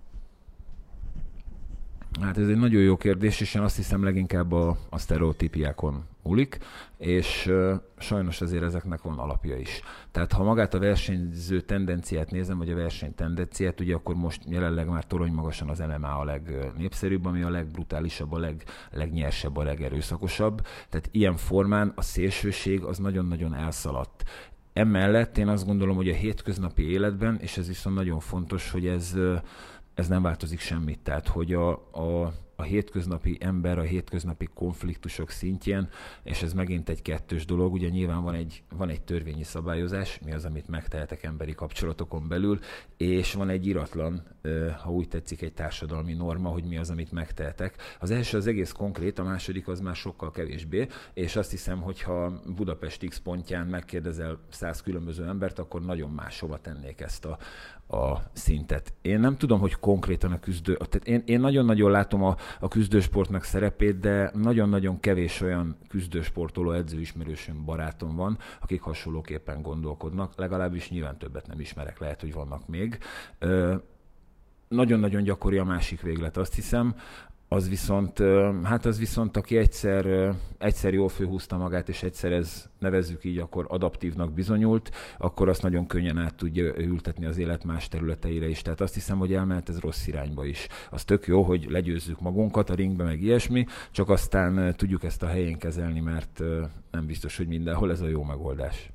Hát ez egy nagyon jó kérdés, és én azt hiszem leginkább a, a sztereotípiákon múlik, és uh, sajnos azért ezeknek van alapja is. Tehát ha magát a versenyző tendenciát nézem, vagy a versenytendenciát, ugye akkor most jelenleg már torony magasan az el em á a legnépszerűbb, ami a legbrutálisabb, a leg, legnyersebb, a legerőszakosabb. Tehát ilyen formán a szélsőség az nagyon-nagyon elszaladt. emellett én azt gondolom, hogy a hétköznapi életben, és ez viszont nagyon fontos, hogy ez, ez nem változik semmit. Tehát, hogy a, a a hétköznapi ember, a hétköznapi konfliktusok szintjén, és ez megint egy kettős dolog, ugye nyilván van egy, van egy törvényi szabályozás, mi az, amit megtehetek emberi kapcsolatokon belül, és van egy iratlan, ha úgy tetszik, egy társadalmi norma, hogy mi az, amit megtehetek. Az első az egész konkrét, a második az már sokkal kevésbé, és azt hiszem, hogyha Budapest X pontján megkérdezel száz különböző embert, akkor nagyon máshova tennék ezt a, a szintet. Én nem tudom, hogy konkrétan a küzdő... Tehát én, én nagyon-nagyon látom a, a küzdősportnak szerepét, de nagyon-nagyon kevés olyan küzdősportoló edzőismerősöm, barátom van, akik hasonlóképpen gondolkodnak, legalábbis nyilván többet nem ismerek, lehet, hogy vannak még. Ö, nagyon-nagyon gyakori a másik véglet, azt hiszem, az viszont, hát az viszont, aki egyszer, egyszer jól főhúzta magát, és egyszer ez, nevezzük így, akkor adaptívnak bizonyult, akkor azt nagyon könnyen át tudja ültetni az élet más területeire is. Tehát azt hiszem, hogy elmehet ez rossz irányba is. Az tök jó, hogy legyőzzük magunkat a ringbe, meg ilyesmi, csak aztán tudjuk ezt a helyén kezelni, mert nem biztos, hogy mindenhol ez a jó megoldás.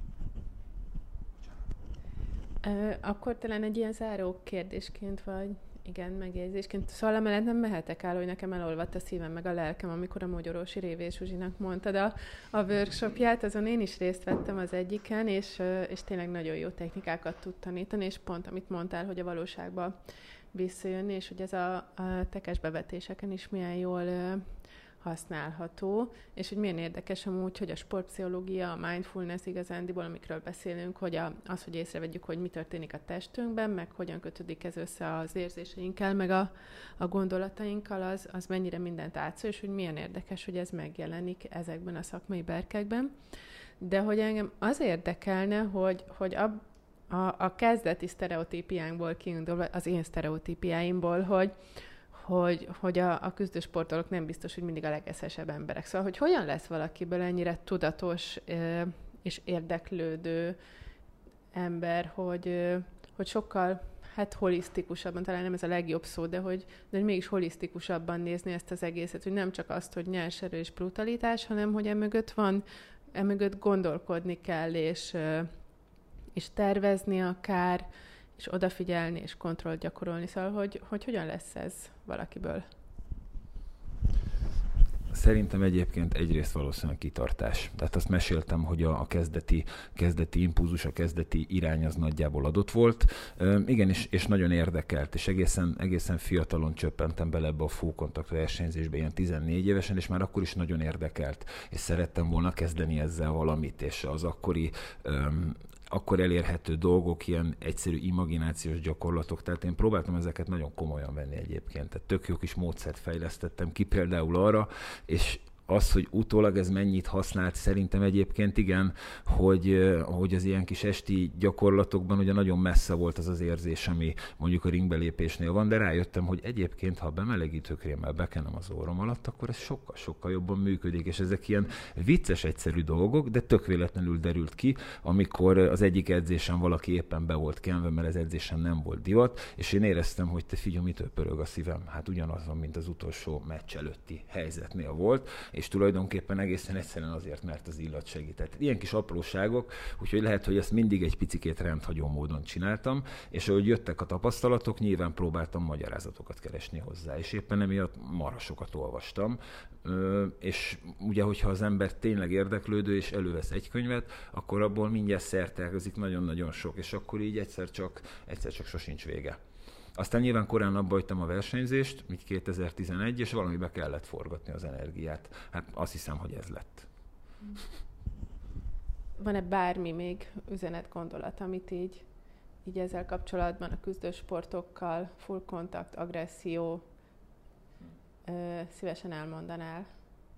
Akkor talán egy ilyen záró kérdésként, vagy igen, megjegyzésként. Szóval emellett nem mehetek el, hogy nekem elolvadt a szívem meg a lelkem, amikor a Mogyorósi Révés Zsuzsinak mondtad a, a workshopját, azon én is részt vettem az egyiken, és, és tényleg nagyon jó technikákat tud tanítani, és pont amit mondtál, hogy a valóságba visszajönni, és hogy ez a, a tekes bevetéseken is milyen jól használható, és hogy milyen érdekes amúgy, hogy a sportpszichológia, a mindfulness igazándiból, amikről beszélünk, hogy a, az, hogy észrevegyük, hogy mi történik a testünkben, meg hogyan kötődik ez össze az érzéseinkkel, meg a, a gondolatainkkal, az, az mennyire mindent átszól, és hogy milyen érdekes, hogy ez megjelenik ezekben a szakmai berkekben. De hogy engem az érdekelne, hogy, hogy a, a, a kezdeti sztereotípiánkból kiindulva, az én sztereotípiáimból, hogy hogy, hogy a, a küzdősportolók nem biztos, hogy mindig a legeszesebb emberek. Szóval, hogy hogyan lesz valakiből ennyire tudatos e, és érdeklődő ember, hogy, e, hogy sokkal hát holisztikusabban, talán nem ez a legjobb szó, de hogy, de hogy mégis holisztikusabban nézni ezt az egészet, hogy nem csak azt, hogy nyerserő és brutalitás, hanem hogy emögött van, emögött gondolkodni kell, és, e, és tervezni akár, és odafigyelni, és kontrollt gyakorolni. Szóval, hogy, hogy hogyan lesz ez valakiből? Szerintem egyébként egyrészt valószínűleg kitartás. Tehát azt meséltem, hogy a, a kezdeti, kezdeti impulzus, a kezdeti irány az nagyjából adott volt. Üm, igen, és, és nagyon érdekelt, és egészen, egészen fiatalon csöppentem bele ebbe a full kontakt versenyzésbe, ilyen tizennégy évesen, és már akkor is nagyon érdekelt, és szerettem volna kezdeni ezzel valamit, és az akkori üm, akkor elérhető dolgok, ilyen egyszerű imaginációs gyakorlatok, tehát én próbáltam ezeket nagyon komolyan venni egyébként. Tehát tök jó kis módszert fejlesztettem ki például arra, és az, hogy utólag ez mennyit használt, szerintem egyébként igen, hogy, hogy az ilyen kis esti gyakorlatokban ugye nagyon messze volt az az érzés, ami mondjuk a ringbelépésnél van, de rájöttem, hogy egyébként, ha bemelegítőkrémmel bekenem az orrom alatt, akkor ez sokkal-sokkal jobban működik, és ezek ilyen vicces, egyszerű dolgok, de tök véletlenül derült ki, amikor az egyik edzésen valaki éppen be volt kenve, mert az edzésen nem volt divat, és én éreztem, hogy te figyelj, mitől pörög a szívem? Hát ugyanaz van, mint az utolsó meccs előtti helyzetnél volt, és tulajdonképpen egészen egyszerűen azért, mert az illat segített. Ilyen kis apróságok, úgyhogy lehet, hogy ezt mindig egy picikét rendhagyó módon csináltam, és ahogy jöttek a tapasztalatok, nyilván próbáltam magyarázatokat keresni hozzá, és éppen emiatt marha sokat olvastam, és ugye, hogyha az ember tényleg érdeklődő, és elővesz egy könyvet, akkor abból mindjárt szerteágazik nagyon-nagyon sok, és akkor így egyszer csak, egyszer csak sosincs vége. Aztán nyilván korán abba hagytam a versenyzést, így kétezer-tizenegy, és valamibe kellett forgatni az energiát. Hát azt hiszem, hogy ez lett. Van-e bármi még üzenet, gondolat, amit így, így ezzel kapcsolatban a küzdősportokkal, full kontakt, agresszió ö, szívesen elmondanál?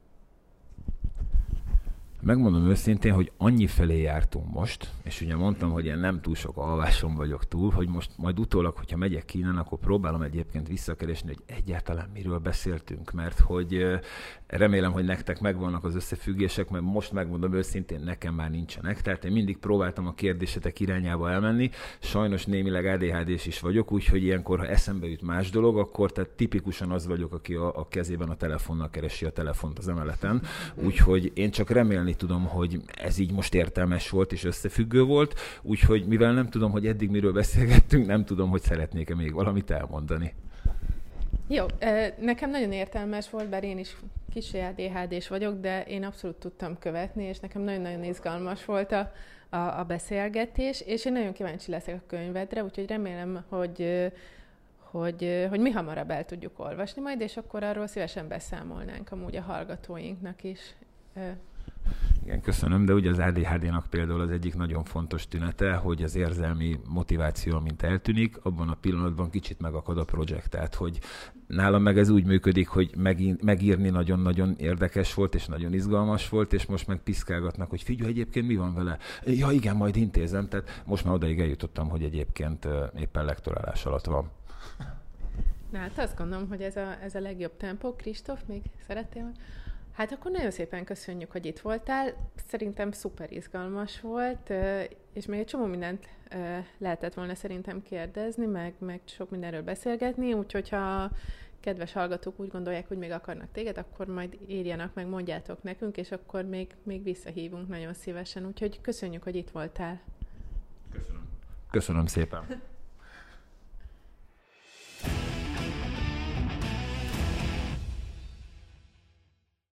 Megmondom őszintén, hogy annyi felé jártunk most, és ugye mondtam, hogy én nem túl sok alváson vagyok túl, hogy most majd utólag, hogyha megyek Kínán, akkor próbálom egyébként visszakeresni, hogy egyáltalán miről beszéltünk, mert hogy remélem, hogy nektek megvannak az összefüggések, mert most megmondom őszintén, nekem már nincsenek, tehát én mindig próbáltam a kérdésetek irányába elmenni, sajnos némileg á dé há dés is vagyok, úgyhogy ilyenkor, ha eszembe jut más dolog, akkor tehát tipikusan az vagyok, aki a, a kezében a telefonnal keresi a telefont az emeleten, úgyhogy én csak remélni tudom, hogy ez így most értelmes volt és összefüggő volt, úgyhogy mivel nem tudom, hogy eddig miről beszélgettünk, nem tudom, hogy szeretnék-e még valamit elmondani. Jó, nekem nagyon értelmes volt, bár én is kicsi á dé há dés vagyok, de én abszolút tudtam követni, és nekem nagyon-nagyon izgalmas volt a, a, a beszélgetés, és én nagyon kíváncsi leszek a könyvedre, úgyhogy remélem, hogy, hogy, hogy mi hamarabb el tudjuk olvasni majd, és akkor arról szívesen beszámolnánk amúgy a hallgatóinknak is. Igen, köszönöm, de ugye az á dé há dénak például az egyik nagyon fontos tünete, hogy az érzelmi motiváció, amint eltűnik, abban a pillanatban kicsit megakad a projekt. Tehát, hogy nálam meg ez úgy működik, hogy megírni nagyon-nagyon érdekes volt, és nagyon izgalmas volt, és most meg piszkálgatnak, hogy figyelj, egyébként mi van vele? Ja igen, majd intézem. Tehát most már odaig eljutottam, hogy egyébként éppen lektorálás alatt van. Na hát azt gondolom, hogy ez a, ez a legjobb tempó. Kristóf, még szerettél? Hát akkor nagyon szépen köszönjük, hogy itt voltál. Szerintem szuper izgalmas volt, és még egy csomó mindent lehetett volna szerintem kérdezni, meg, meg sok mindenről beszélgetni, úgyhogy ha kedves hallgatók úgy gondolják, hogy még akarnak téged, akkor majd írjanak meg, mondjátok nekünk, és akkor még, még visszahívunk nagyon szívesen. Úgyhogy köszönjük, hogy itt voltál. Köszönöm. Köszönöm szépen.